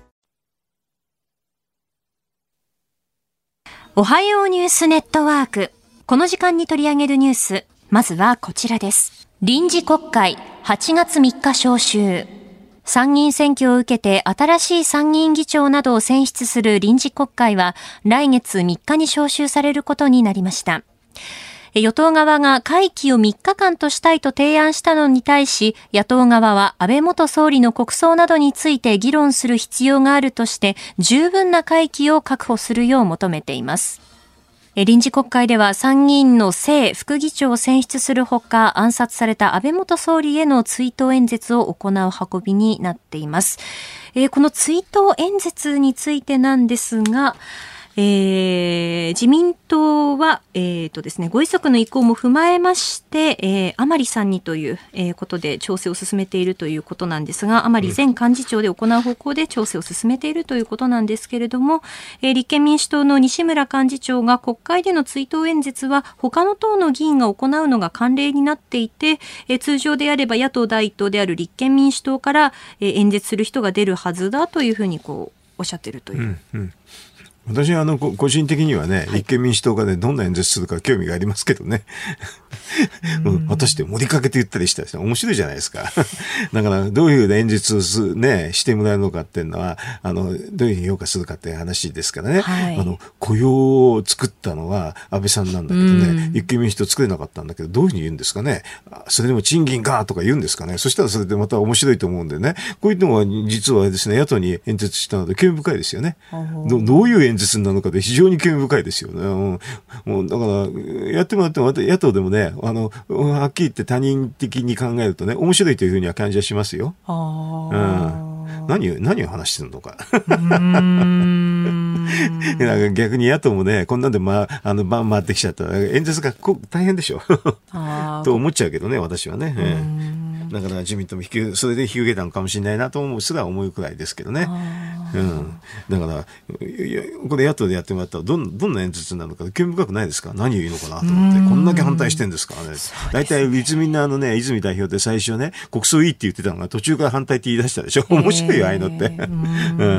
おはようニュースネットワーク、この時間に取り上げるニュース、まずはこちらです。臨時国会はちがつみっか召集。参議院選挙を受けて新しい参議院議長などを選出する臨時国会は来月みっかに召集されることになりました。与党側が会期をみっかかんとしたいと提案したのに対し、野党側は安倍元総理の国葬などについて議論する必要があるとして十分な会期を確保するよう求めています。臨時国会では参議院の正副議長を選出するほか、暗殺された安倍元総理への追悼演説を行う運びになっています。えー、この追悼演説についてなんですが、えー、自民党は、えーとですね、ご遺族の意向も踏まえまして、えー、甘利さんにという、えー、ことで調整を進めているということなんですが、甘利前幹事長で行う方向で調整を進めているということなんですけれども、えー、立憲民主党の西村幹事長が国会での追悼演説は他の党の議員が行うのが慣例になっていて、えー、通常であれば野党第一党である立憲民主党から、えー、演説する人が出るはずだというふうにこうおっしゃっているという。うんうん、
私はあの個人的にはね、立憲民主党がね、どんな演説するか興味がありますけどね。私って盛りかけて言ったりしたりして面白いじゃないですか。だからどういう演説をす、ね、してもらえるのかっていうのは、あのどういうふうに評価するかっていう話ですからね。はい、あの雇用を作ったのは安倍さんなんだけどね、立憲民主党作れなかったんだけど、どういうふうに言うんですかね。それでも賃金がとか言うんですかね。そしたらそれでまた面白いと思うんでね。こういうのは実はですね、野党に演説したので興味深いですよね。ど, どういう演説なのかで非常に興味深いですよね。もう、もうだからやってもらっても野党でもね、あのはっきり言って他人的に考えるとね、面白いというふうには感じはしますよ。あ、うん、何何を話してるのか。うーんなんか逆に野党もね、こんなんで、まあ、あの、番回ってきちゃったら、演説がこ大変でしょと思っちゃうけどね、私はね。えー、だから自民党も引き、それで引き受けたのかもしれないなと思うすら思うくらいですけどね。うん、だから、いやこれ野党でやってもらったらどん、どんな演説なのか興味深くないですか？何を言うのかなと思って、こんだけ反対してるんですからね。大体、立民のあのね、泉代表って最初ね、国葬いいって言ってたのが途中から反対って言い出したでしょ。面白いよ、ああいうのって。うん、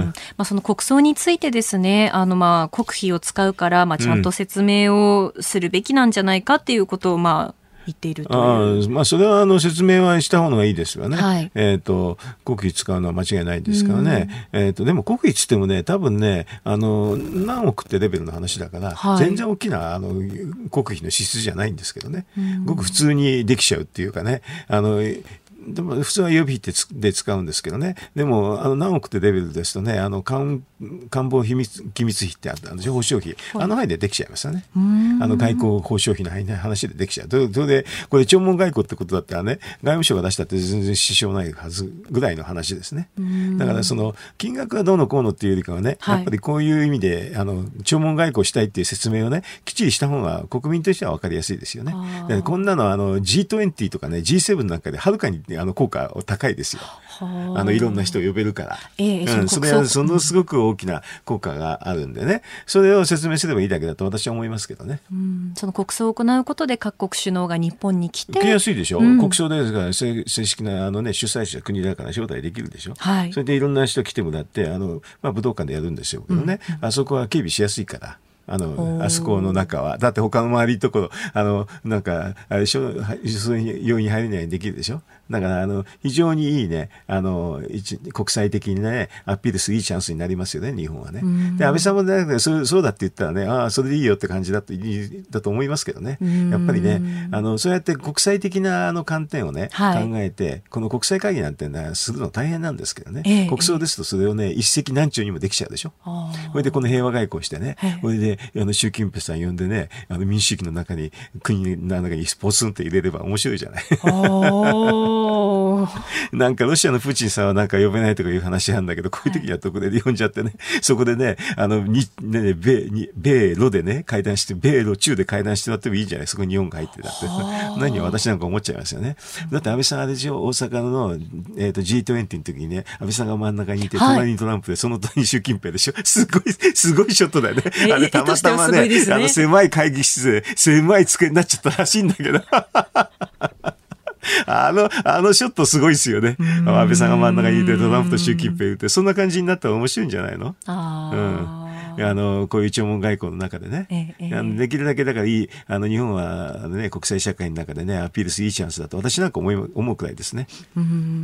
まあ、その国葬についてですね、あのまあ国費を使うから、まあ、ちゃんと説明をするべきなんじゃないかっていうことを、まあ、言っているという。
あ、まあ、それはあの説明はした方がいいですよね。はい、えっと、国費使うのは間違いないですからね。えっと、でも国費つってもね、多分ね、あの、何億ってレベルの話だから、はい、全然大きなあの国費の支出じゃないんですけどね。ごく普通にできちゃうっていうかね、あの、でも普通は予備費で使うんですけどね。でも、あの、何億ってレベルですとね、あの、官、官房秘密、機密費ってあったんでしょ、保証費。あの範囲でできちゃいますよね。あの、外交保証費の話でできちゃう。それで、これ、弔問外交ってことだったらね、外務省が出したって全然支障ないはずぐらいの話ですね。だから、その、金額がどうのこうのっていうよりかはね、はい、やっぱりこういう意味で、あの、弔問外交したいっていう説明をね、きっちりした方が国民としては分かりやすいですよね。でこんなの、あの、ジートゥエンティー とかね、ジーセブン なんかではるかに、あの効果高いですよ。あのいろんな人を呼べるから、えーうん、それはそのすごく大きな効果があるんでね、それを説明すればいいだけだと私は思いますけどね。
うん、その国葬を行うことで各国首脳が日本に来て
来やすいでしょ、うん、国葬ですから正式なあの、ね、主催者国だから招待できるでしょ、はい、それでいろんな人来てもらってあの、まあ、武道館でやるんですよけどね、うんうん、あそこは警備しやすいからあの、あそこの中は。だって他の周りのところ、あの、なんか、あれでしょ、そういう容易に入れないようにできるでしょ。だから、あの、非常にいいね、あの、国際的にね、アピールするいいチャンスになりますよね、日本はね。で、安倍さんもね、そう、そうだって言ったらね、ああ、それでいいよって感じだと、だと思いますけどね。やっぱりね、あの、そうやって国際的なあの観点をね、はい、考えて、この国際会議なんてね、するの大変なんですけどね。えー、国葬ですとそれをね、一石何鳥にもできちゃうでしょ。それでこの平和外交してね、それで、あの習近平さん呼んでね、あの民主主義の中に国の中にポツンと入れれば面白いじゃない。なんかロシアのプーチンさんはなんか呼べないとかいう話なんだけど、こういう時には特例で呼んじゃってね、そこでね、あのにね米に米ロでね会談して米ロ中で会談してもらってもいいじゃない。そこに日本が入ってたって何を私なんか思っちゃいますよね。だって安倍さんあれでしょ、大阪のえっ、ー、と ジートゥエンティー の時にね、安倍さんが真ん中にいて、隣にトランプで、その隣に習近平でしょ。すごいすごいショットだよね。あれたまたまね。ね、あの狭い会議室で狭い机になっちゃったらしいんだけどあのあのショットすごいですよね。安倍さんが真ん中にいてトランプと習近平いて、そんな感じになったら面白いんじゃないの？あ、うんあのこういう弔問外交の中でね、ええ、あのできるだけだからいいあの日本はあの、ね、国際社会の中でねアピールするいいチャンスだと私なんか思い思うくらいですね。
うん、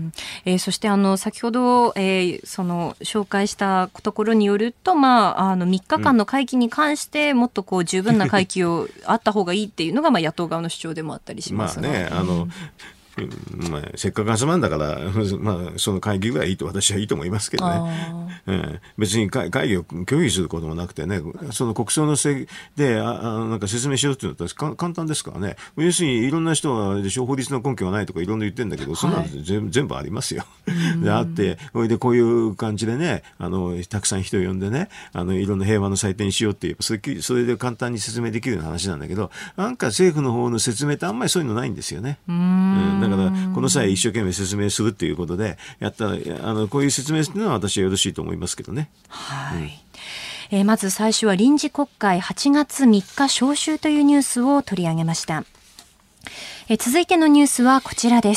えー、そしてあの先ほど、えー、その紹介したところによると、まあ、あのみっかかんの会期に関してもっとこう十分な会期をあった方がいいっていうのが、まあ、野党側の主張でもあったりしますが、
まあね、あの、うんまあ、せっかく集まるんだから、まあ、その会議ぐらいいいと私はいいと思いますけどね、えー、別に会議を拒否することもなくてね、その国葬のせいでああなんか説明しようっていうのは簡単ですからね。要するにいろんな人はでしょ、法律の根拠がないとかいろんな言ってるんだけど、そんなの全部、全部ありますよ。であってそれでこういう感じでね、あのたくさん人を呼んでね、あのいろんな平和の祭典にしようっていうそれ、それで簡単に説明できるような話なんだけど、なんか政府の方の説明ってあんまりそういうのないんですよね。うん、だからこの際一生懸命説明するっていうことでやったら、あのこういう説明するのは私はよろしいと思いますけどね。
はい、うんえー、まず最初は臨時国会はちがつみっか召集というニュースを取り上げました。えー、続いてのニュースはこちらです。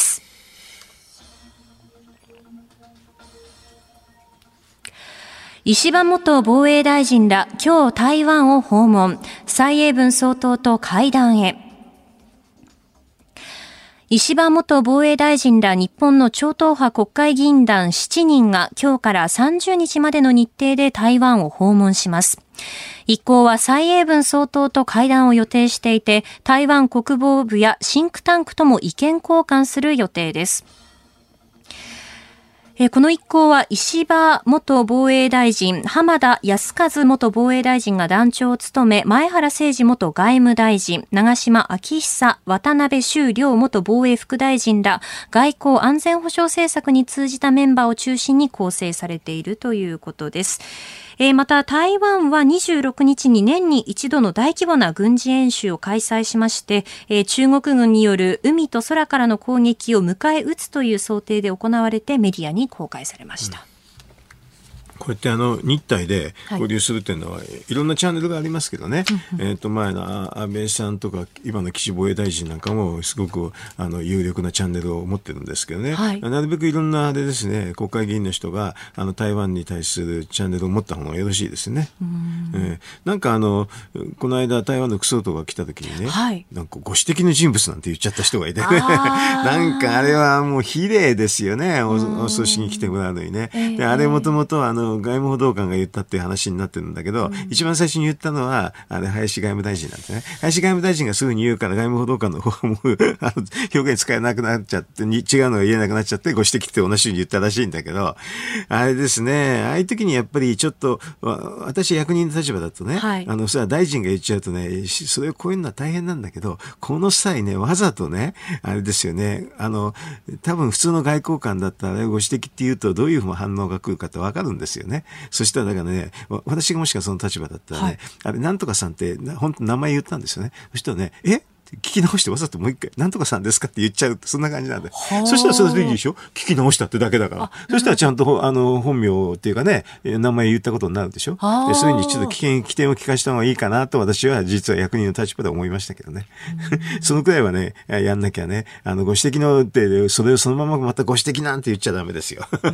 石破元防衛大臣ら今日台湾を訪問、蔡英文総統と会談へ。石破元防衛大臣ら日本の超党派国会議員団しちにんが今日からさんじゅうにちまでの日程で台湾を訪問します。一行は蔡英文総統と会談を予定していて、台湾国防部やシンクタンクとも意見交換する予定です。この一行は石破元防衛大臣、浜田靖一元防衛大臣が団長を務め、前原誠司元外務大臣、長島昭久、渡辺修両元防衛副大臣ら外交安全保障政策に通じたメンバーを中心に構成されているということです。
えー、また台湾はにじゅうろくにちに年に一度の大規模な軍事演習を開催しまして、えー、中国軍による海と空からの攻撃を迎え撃つという想定で行われてメディアに公開されました。うん、
こうやってあの日体で交流するっていうのは、はい、いろんなチャンネルがありますけどね、えーと前の安倍さんとか今の岸防衛大臣なんかもすごくあの有力なチャンネルを持ってるんですけどね、はい、なるべくいろんなあれですね、国会議員の人があの台湾に対するチャンネルを持った方がよろしいですね。うん、えー、なんかあのこの間台湾の副総統が来た時にね、はい、なんかご指摘の人物なんて言っちゃった人がいて、ね、なんかあれはもう比例ですよね、お、お葬式に来てもらうのにね。えー、であれもともとあの外務報道官が言ったっていう話になってるんだけど、うん、一番最初に言ったのはあれ林外務大臣なんですね。林外務大臣がすぐに言うから外務報道官の方もあの表現使えなくなっちゃって違うのが言えなくなっちゃってご指摘って同じように言ったらしいんだけど、あれですね、ああいう時にやっぱりちょっと私役人の立場だとね、はい、あのそれは大臣が言っちゃうとね、それを超えるのは大変なんだけど、この際ねわざとねあれですよね、あの多分普通の外交官だったらご指摘って言うとどういう反応が来るかって分かるんですよね。そしたらだからね、私がもしかその立場だったらね、はい、あれなんとかさんって本当名前言ったんですよね。そしたらね、え聞き直してわざともう一回なんとかさんですかって言っちゃうって、そんな感じなんで、そしたらそれでいいでしょ、聞き直したってだけだから。そしたらちゃんとあの本名っていうかね名前言ったことになるでしょ。でそういうふうにちょっと危険起点を聞かした方がいいかなと私は実は役人の立場で思いましたけどね。そのくらいはねやんなきゃね、あのご指摘のってそれをそのまままたご指摘なんて言っちゃダメですよ。うん、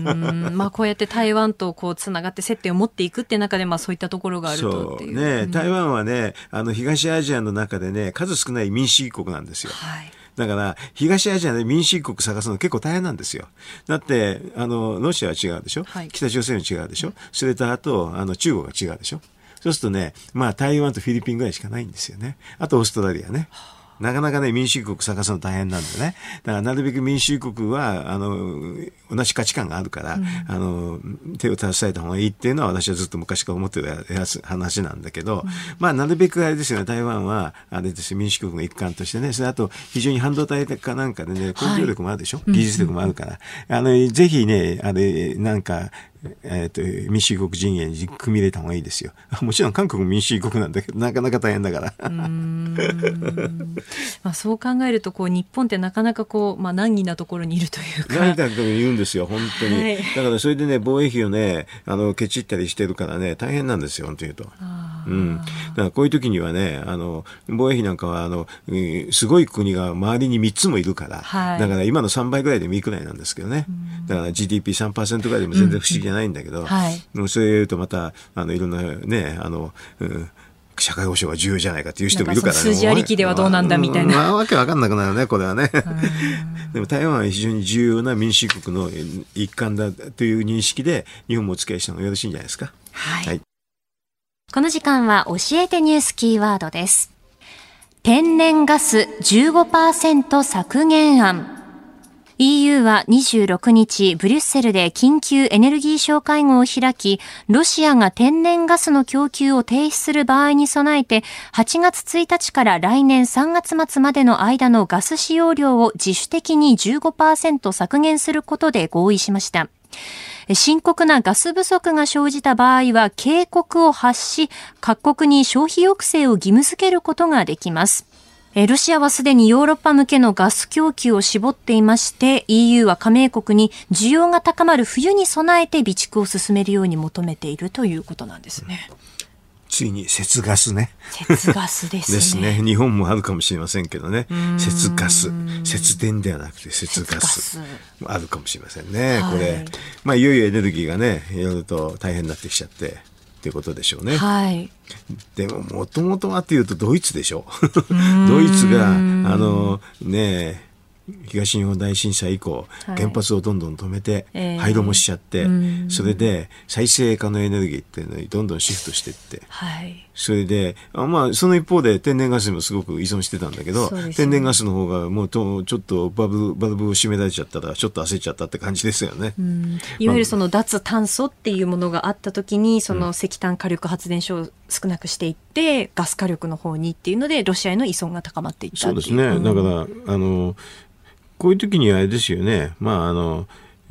まあこうやって台湾とこうつながって接点を持っていくっていう中でまあそういったところがあるとっていう。
そうね、台湾はねあの東アジアの中でね数少ない民主主義国なんですよ。はい、だから東アジアで民主主義国探すの結構大変なんですよ。だってあのロシアは違うでしょ、はい、北朝鮮は違うでしょ、それとあとあの中国は違うでしょ。そうするとね、まあ台湾とフィリピンぐらいしかないんですよね。あとオーストラリアね。なかなかね民主主義国探すの大変なんでね。だからなるべく民主主義国はあの同じ価値観があるから、うん、あの手を携えた方がいいっていうのは私はずっと昔から思ってる話なんだけど、うん、まあなるべくあれですよね、台湾はあれですよ、民主主義国の一環としてね。それあと非常に半導体かなんかでね工業力もあるでしょ、はい、技術力もあるから、うん、あのぜひねあれなんかえー、と民主主義国陣営に組み入れた方がいいですよ。もちろん韓国も民主主義国なんだけどなかなか大変だからうー
ん、まあ、そう考えるとこう日本ってなかなかこう、まあ、難儀なところにいるというか
何だと言うんですよ本当に、はい、だからそれでね防衛費をねあのケチったりしてるからね大変なんですよ本当に言うと。うん、だからこういう時にはねあの防衛費なんかはあの、えー、すごい国が周りにみっつもいるから、はい、だから今のさんばいぐらいでもいいくらいなんですけどね。だから ジーディーピーさんパーセント ぐらいでも全然不思議じゃないんだけど、うんうんはい、それ言うとまたあのいろんなねあの、うん、社会保障が重要じゃないかっていう人もいるからね。
数字ありきではどうなんだみたいな、
まあ、わけわかんなくなるねこれはね。でも台湾は非常に重要な民主主義国の一環だという認識で日本もお付き合いしたのがよろしいんじゃないですか。
はい、はい、この時間は教えてニュースキーワードです。天然ガス じゅうごパーセント 削減案。イーユー はにじゅうろくにちブリュッセルで緊急エネルギー相会合を開き、ロシアが天然ガスの供給を停止する場合に備えてはちがつついたちから来年さんがつ末までの間のガス使用量を自主的に じゅうごパーセント 削減することで合意しました。深刻なガス不足が生じた場合は警告を発し、各国に消費抑制を義務付けることができます。ロシアはすでにヨーロッパ向けのガス供給を絞っていまして、 イーユー は加盟国に需要が高まる冬に備えて備蓄を進めるように求めているということなんですね。
ついに節ガスね。
節ガスですね。
ですね。日本もあるかもしれませんけどね。節ガス、節電ではなくて節ガスあるかもしれませんね。はい、これ、まあいよいよエネルギーがね、いろいろと大変になってきちゃってっていうことでしょうね。はい。でももともとはというとドイツでしょ。ドイツがあのね。東日本大震災以降、はい、原発をどんどん止めて、えー、廃炉もしちゃって、それで再生可能エネルギーっていうのにどんどんシフトしていって、はい、それであ、まあ、その一方で天然ガスにもすごく依存してたんだけど、ね、天然ガスの方がもうとちょっとバブバルブを閉められちゃったらちょっと焦っちゃったって感じですよね。
うん、いわゆるその脱炭素っていうものがあった時にその石炭火力発電所を少なくしていって、うん、ガス火力の方にっていうのでロシアへの依存が高まっていったっていう。
そうですね、うん、だからあのこういう時にはあれですよね、まああの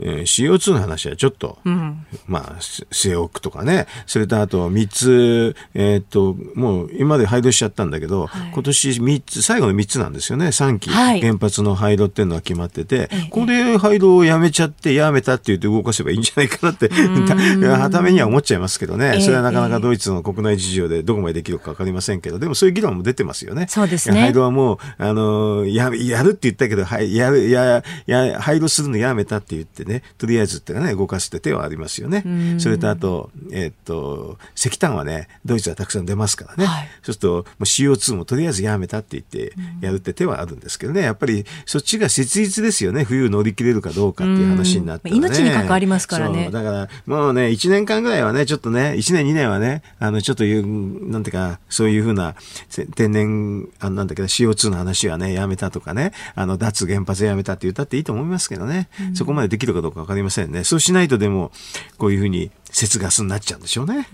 えー、シーオーツー の話はちょっと、うん、まあ、据え置くとかね。それとあとみっつ、えー、っと、もう今まで廃炉しちゃったんだけど、はい、今年みっつ、最後のみっつなんですよね。さんき、はい、原発の廃炉っていうのは決まってて、ええ、これ廃炉をやめちゃって、やめたって言って動かせばいいんじゃないかなって、はためには思っちゃいますけどね。それはなかなかドイツの国内事情でどこまでできるかわかりませんけど、でもそういう議論も出てますよね。
そうですね。
廃炉はもう、あの、や、やるって言ったけど、はい、やる、や、や、廃炉するのやめたって言ってね、とりあえずってね、動かすって手はありますよね。それとあと、えー、っと、石炭はね、ドイツはたくさん出ますからね。はい、そうすると、もう シーオーツー もとりあえずやめたって言って、やるって手はあるんですけどね。やっぱり、そっちが切実ですよね。冬乗り切れるかどうかっていう話になって、ね。
命に関わりますからね。
そう。だから、もうね、いちねんかんぐらいはね、ちょっとね、いちねんにねんはね、あの、ちょっという、なんていうか、そういうふうな、天然、あなんだけど、シーオーツー の話はね、やめたとかね、あの、脱原発やめたって言ったっていいと思いますけどね。うん、そこまでできるかどうかわかりませんね。そうしないとでも、こういうふうに、節ガスになっちゃうんでしょうね。
うん、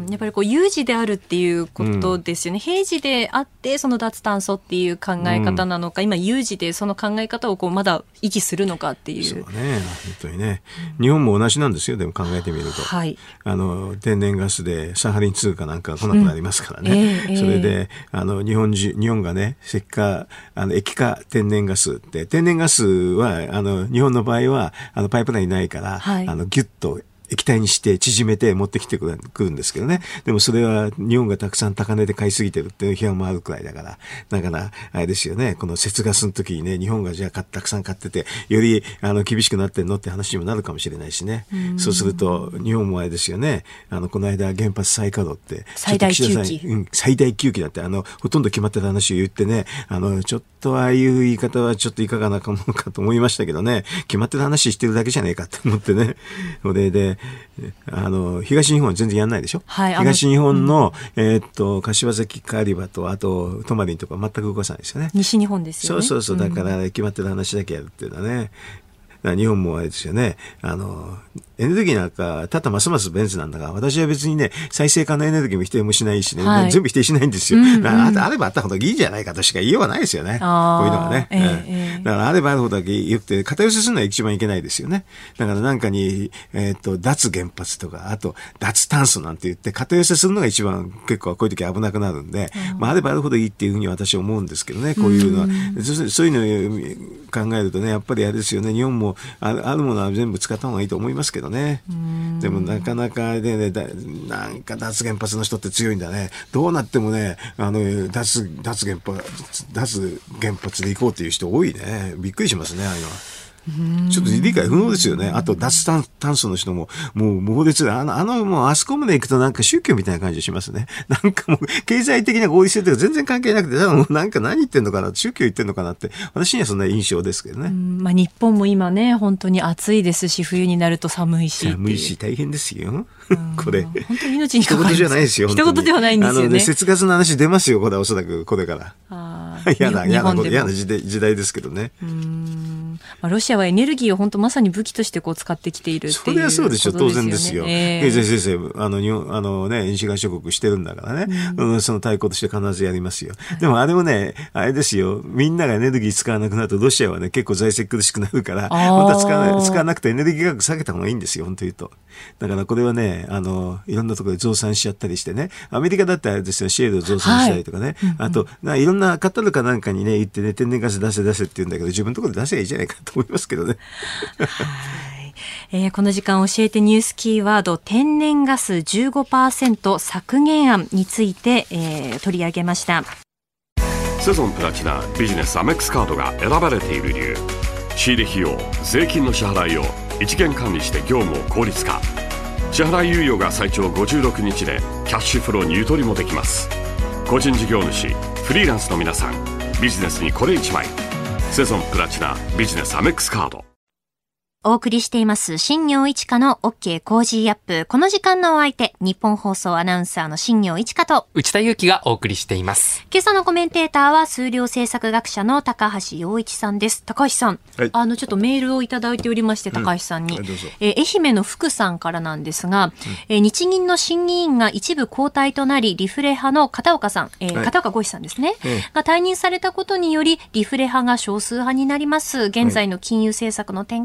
やっぱりこう有事であるっていうことですよね。うん、平時であってその脱炭素っていう考え方なのか、うん、今有事でその考え方をこうまだ維持するのかっていう。
そうね、本当にね。日本も同じなんですよ。でも考えてみると、はい、あの天然ガスでサハリンツーかなんか来なくなりますからね。うんえー、それであの日本日本がね石化あの液化天然ガスって天然ガスはあの日本の場合はあのパイプラインないから、はい、あのギュッと液体にして縮めて持ってきてくるんですけどね。でもそれは日本がたくさん高値で買いすぎてるっていう批判もあるくらいだから、だからあれですよね。この節ガスの時にね、日本がじゃあたくさん買ってて、よりあの厳しくなってんのって話にもなるかもしれないしね。うそうすると日本もあれですよね。あのこの間原発再稼働って
最大きゅうき、
うん、最大きゅうきだってあのほとんど決まってた話を言ってね、あのちょっとああいう言い方はちょっといかがなものかと思いましたけどね。決まってた話してるだけじゃねえかって思ってね。それであの東日本は全然やんないでしょ、はい、東日本の、うんえー、っと柏崎刈羽とあと泊林とか全く動かさないですよね。
西日本ですよね。
そうそうそう、だから決まってる話だけやるっていうのはね、日本もあれですよね。あの、エネルギーなんか、ただますますベンツなんだが、私は別にね、再生可能エネルギーも否定もしないしね、はい、全部否定しないんですよ。うんうん、あ, あればあったほどいいじゃないかとしか言いようがないですよね。こういうのはね、えーえー。だからあればあるほどだけ言って、片寄せするのは一番いけないですよね。だからなんかに、えっと、脱原発とか、あと、脱炭素なんて言って、片寄せするのが一番結構こういう時危なくなるんで、うんまあ、あればあるほどいいっていうふうに私は思うんですけどね、こういうのは。うん、そ, そういうのを考えるとね、やっぱりあれですよね、日本もああるものは全部使った方がいいと思いますけどね。でもなかなかでね、だなんか脱原発の人って強いんだね。どうなってもね、あの脱脱原発脱原発で行こうっていう人多いね。びっくりしますね、ああいうのは。ちょっと理解不能ですよね。あと脱炭素の人ももう猛烈で、あの、あのもうあそこまで行くとなんか宗教みたいな感じしますね。なんかもう経済的な合理性とか全然関係なくて、ただもうなんか何言ってんのかな、宗教言ってんのかなって、私にはそんな印象ですけどね。
まあ日本も今ね、本当に暑いですし、冬になると寒いし。
寒いし大変ですよ。これ。
本当に命に関わる。
一言じゃないですよ。
一言ではないんですよね。
あのね、節ガスの話出ますよ、これおそらくこれから。あ嫌な、嫌な、嫌な時代、時代ですけどね。
うんまあ、ロシアはエネルギーを本当まさに武器としてこう使ってきているっていうことですよね。
それはそうでしょ、当然ですよ。えー、経済制裁、あの、日本、あのね、西側諸国してるんだからね、うん、その対抗として必ずやりますよ。はい、でもあれもね、あれですよ、みんながエネルギー使わなくなると、ロシアはね、結構財政苦しくなるから、また使わない、使わなくてエネルギー価格下げた方がいいんですよ、本当言うと。だからこれはね、あの、いろんなところで増産しちゃったりしてね、アメリカだってあれですよ、シェールを増産したりとかね、はい、あと、いろんなカタールかなんかにね、行ってね、天然ガス出せ出せって言うんだけど、自分のところで出せばいいじゃないかと思いますけどね。
はいえー、この時間教えてニュースキーワード天然ガス じゅうごパーセント 削減案について、えー、取り上げました。
セゾンプラチナビジネスアメックスカードが選ばれている理由、仕入れ費用税金の支払いを一元管理して業務を効率化、支払い猶予が最長ごじゅうろくにちでキャッシュフローにゆとりもできます。個人事業主フリーランスの皆さん、ビジネスにこれいちまい、セゾンプラチナビジネスアメックスカード。
お送りしています新業一華の OK コージーアップ。この時間のお相手、日本放送アナウンサーの新業一華と
内田裕樹がお送りしています。
今朝のコメンテーターは数量政策学者の高橋洋一さんです。高橋さん、はい、あのちょっとメールをいただいておりまして、高橋さんに、うんはい、えー、愛媛の福さんからなんですが、うん、えー、日銀の審議員が一部交代となり、リフレ派の片岡さん、えーはい、片岡五志さんですね、うん、が退任されたことによりリフレ派が少数派になります。現在の金融政策の転換あり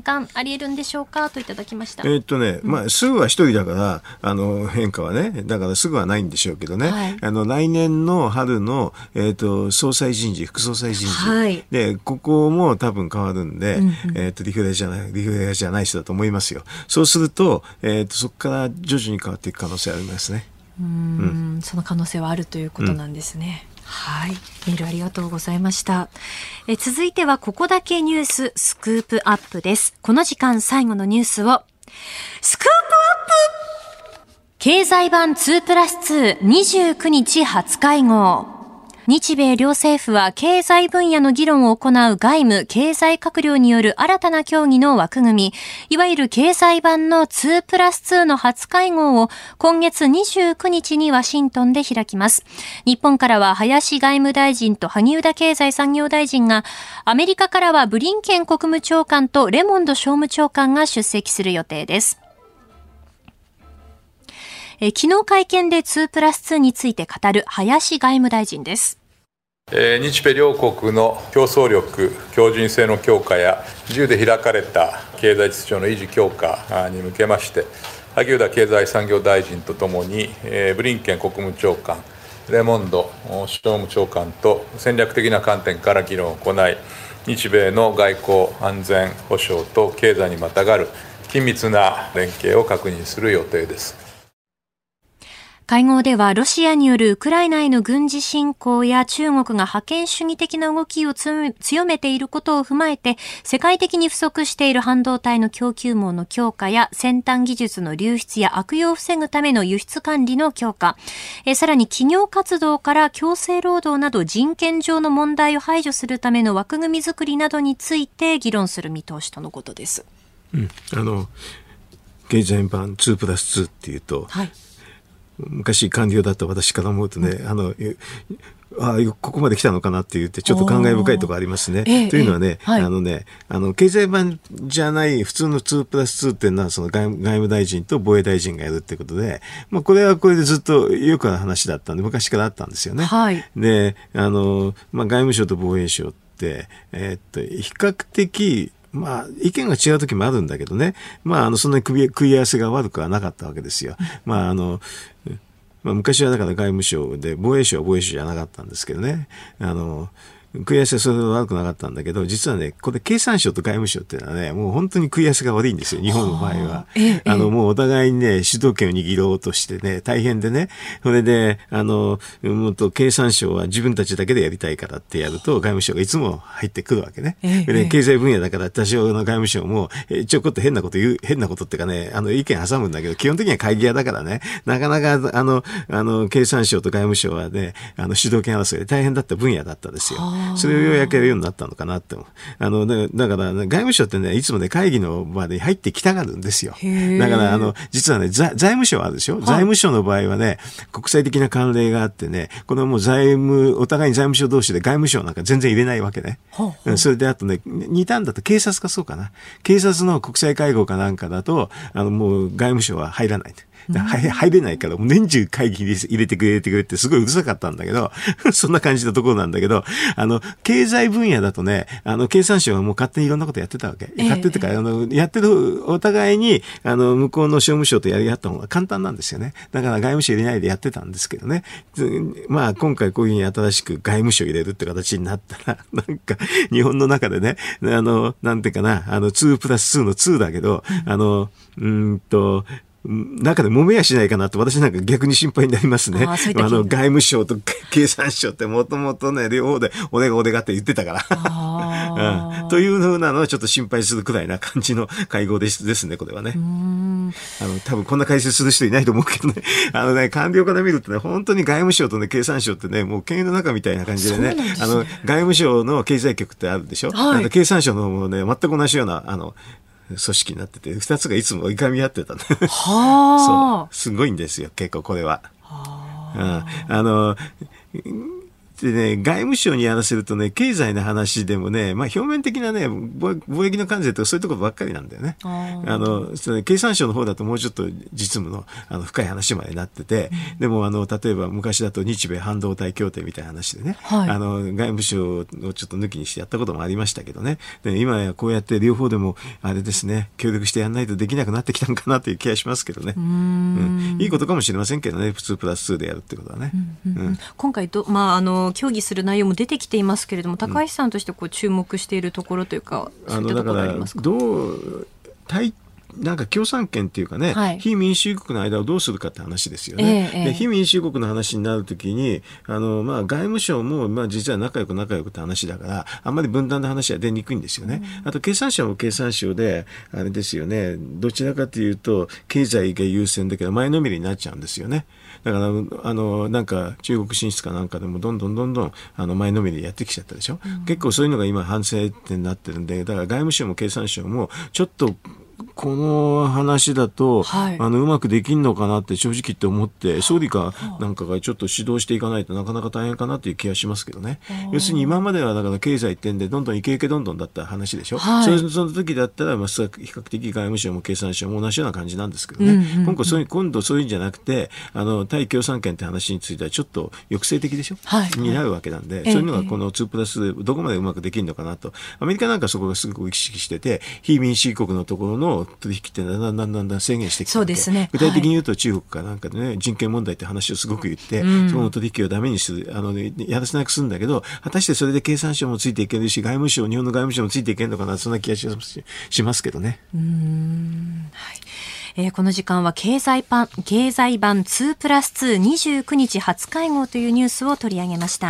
り得るんでしょうかといただきました。
えーっとね、まあ、すぐは一人だから、あの、変化はね、だからすぐはないんでしょうけどね、はい、あの、来年の春の、えーっと、総裁人事、副総裁人事、はい、で、ここも多分変わるんで、うんうん、えーっと、リフレじゃない、リフレじゃない人だと思いますよ。そうすると、えーっと、そこから徐々に変わっていく可能性ありますね。
うーん、うん、その可能性はあるということなんですね。うん、はい。メールありがとうございました。え続いてはここだけニューススクープアップです。この時間最後のニュースをスクープアップ。経済版にプラスににじゅうくにち初会合。日米両政府は経済分野の議論を行う外務経済閣僚による新たな協議の枠組み、いわゆる経済版のにプラスにの初会合を今月にじゅうくにちにワシントンで開きます。日本からは林外務大臣と萩生田経済産業大臣が、アメリカからはブリンケン国務長官とレモンド商務長官が出席する予定です。え昨日会見でにプラスにについて語る林外務大臣です。
日米両国の競争力、強靭性の強化や自由で開かれた経済秩序の維持強化に向けまして、萩生田経済産業大臣とともにブリンケン国務長官、レモンド商務長官と戦略的な観点から議論を行い、日米の外交、安全保障と経済にまたがる緊密な連携を確認する予定です。
会合ではロシアによるウクライナへの軍事侵攻や中国が覇権主義的な動きを強めていることを踏まえて、世界的に不足している半導体の供給網の強化や先端技術の流出や悪用を防ぐための輸出管理の強化、えさらに企業活動から強制労働など人権上の問題を排除するための枠組み作りなどについて議論する見通しとのことです。
うん、あの経済版にプラスにっていうと、はい、昔官僚だった私から思うとね、うん、あのあここまで来たのかなって言ってちょっと感慨深いところありますね。えー、というのはね、えーはい、あのね、あの経済版じゃない普通のにプラスにっていうのはその外務、外務大臣と防衛大臣がやるっていうことで、まあこれはこれでずっとよくある話だったんで昔からあったんですよね。はい、で、あのまあ外務省と防衛省ってえー、っと比較的まあ、意見が違う時もあるんだけどね。まあ、あの、そんなに食い合わせが悪くはなかったわけですよ。まあ、あの、まあ、昔はだから外務省で、防衛省は防衛省じゃなかったんですけどね。あの、食い合わせはそれほど悪くなかったんだけど、実はね、これ経産省と外務省っていうのはね、もう本当に食い合わせが悪いんですよ、日本の場合は。あ, あの、もうお互いにね、主導権を握ろうとしてね、大変でね、それで、あの、もっと経産省は自分たちだけでやりたいからってやると、外務省がいつも入ってくるわけね。ええ、で経済分野だから多少の外務省も、ちょこっと変なこと言う、変なことっていうかね、あの、意見挟むんだけど、基本的には会議屋だからね、なかなか、あの、あの、経産省と外務省はね、あの、主導権争いで大変だった分野だったですよ。それをようやくやるようになったのかなって思う。あの、だ, だから、ね、外務省ってね、いつもね、会議の場で入ってきたがるんですよ。だから、あの、実はね、財務省あるでしょ、はい、財務省の場合はね、国際的な慣例があってね、これはもう財務、お互いに財務省同士で外務省なんか全然入れないわけね。はあ、それであとね、似たんだと警察かそうかな。警察の国際会合かなんかだと、あの、もう外務省は入らない。入れないから、年中会議に入れてくれ、入れてくれってすごいうるさかったんだけど、そんな感じのところなんだけど、あの、経済分野だとね、あの、経産省はもう勝手にいろんなことやってたわけ。勝手ってか、あの、やってる、お互いに、あの、向こうの商務省とやり合った方が簡単なんですよね。だから外務省入れないでやってたんですけどね。まあ、今回こういうふうに新しく外務省入れるって形になったら、なんか、日本の中でね、あの、なんていうかな、あの、にプラスにのにだけど、あの、うんと、中で揉めやしないかなと私なんか逆に心配になりますね。あ, あの外務省と経産省ってもともとね両方で俺が俺がって言ってたから、うん、というふうなのはちょっと心配するくらいな感じの会合ですですねこれはね。うーんあの多分こんな解説する人いないと思うけどね。あのね官僚から見るとね本当に外務省とね経産省ってねもう経営の中みたいな感じでね。あの外務省の経済局ってあるでしょ。はい、あの経産省の方もね全く同じようなあの組織になってて二つがいつもいがみ合ってたね。はあ。そうすごいんですよ結構これは。はあ。うん、あのってね、外務省にやらせるとね、経済の話でもね、まあ表面的なね、貿易の関税とかそういうところばっかりなんだよね。あの、その経産省の方だともうちょっと実務の、あの深い話までなってて、うん、でもあの、例えば昔だと日米半導体協定みたいな話でね、はい、あの、外務省をちょっと抜きにしてやったこともありましたけどね、で今やこうやって両方でも、あれですね、協力してやらないとできなくなってきたのかなという気がしますけどね。うんうん、いいことかもしれませんけどね、にプラスにでやるってことはね。
うんうんうん、今回ど、まあ、あの協議する内容も出てきていますけれども、高橋さんとしてこう注目しているところというか、うん、そういったところありますか？
あのだからどう対なんか共産権っていうかね、はい、非民主主義国の間をどうするかって話ですよね。えーえー、で非民主主義国の話になるときに、あの、まあ、外務省も、まあ、実は仲良く仲良くって話だから、あんまり分断の話は出にくいんですよね。うん、あと、経産省も経産省で、あれですよね、どちらかというと、経済が優先だけど、前のめりになっちゃうんですよね。だから、あの、なんか、中国進出かなんかでも、どんどんどんどん、あの、前のめりでやってきちゃったでしょ。うん、結構そういうのが今、反省点になってるんで、だから外務省も経産省も、ちょっと、この話だと、はい、あのうまくできんのかなって正直言って思って、総理かなんかがちょっと指導していかないとなかなか大変かなっていう気がしますけどね。要するに今まではだから経済ってんでどんどんイケイケどんどんだった話でしょ。はい、そ, その時だったら、まあ、比較的外務省も経産省も同じような感じなんですけどね。うんうんうん、今後そういう今度そういうんじゃなくて、あの対共産権って話についてはちょっと抑制的でしょ。はい、になるわけなんで、そういうのがこのにプラスでどこまでうまくできるのかなと。アメリカなんかそこがすごく意識してて、非民主主義国のところの取引ってだんだんだんだんだん制限してきて、そうですね、具体的に言うと中国かなんかでね、はい、人権問題って話をすごく言って、うん、その取引をダメにする、あの、やらせなくするんだけど、果たしてそれで経産省もついていけるし、外務省、日本の外務省もついていけるのかな、そんな気がします、しますけどね。うーん、
はい。えー、この時間は経済版、経済版にプラスに、にじゅうくにち初会合というニュースを取り上げました。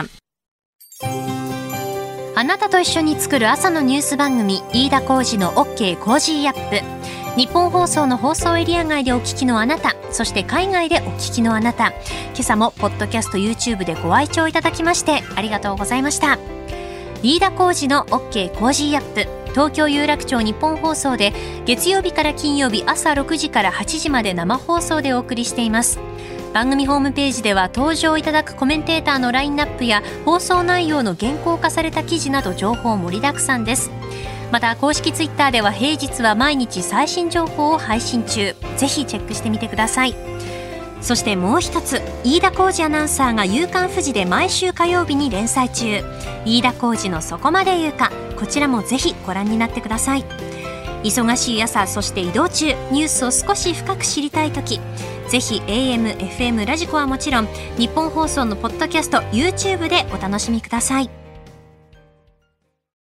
あなたと一緒に作る朝のニュース番組、飯田浩司の OK コージーアップ。日本放送の放送エリア外でお聞きのあなた、そして海外でお聞きのあなた、今朝もポッドキャスト YouTube でご愛聴いただきましてありがとうございました。飯田浩司の OK コージーアップ、東京有楽町日本放送で月曜日から金曜日朝ろくじからはちじまで生放送でお送りしています。番組ホームページでは登場いただくコメンテーターのラインナップや放送内容の原稿化された記事など情報盛りだくさんです。また公式ツイッターでは平日は毎日最新情報を配信中、ぜひチェックしてみてください。そしてもう一つ、飯田浩司アナウンサーが夕刊フジで毎週火曜日に連載中、飯田浩司のそこまで言うか、こちらもぜひご覧になってください。忙しい朝、そして移動中、ニュースを少し深く知りたいとき、ぜひ エーエム、エフエム、ラジコはもちろん日本放送のポッドキャスト YouTube でお楽しみください。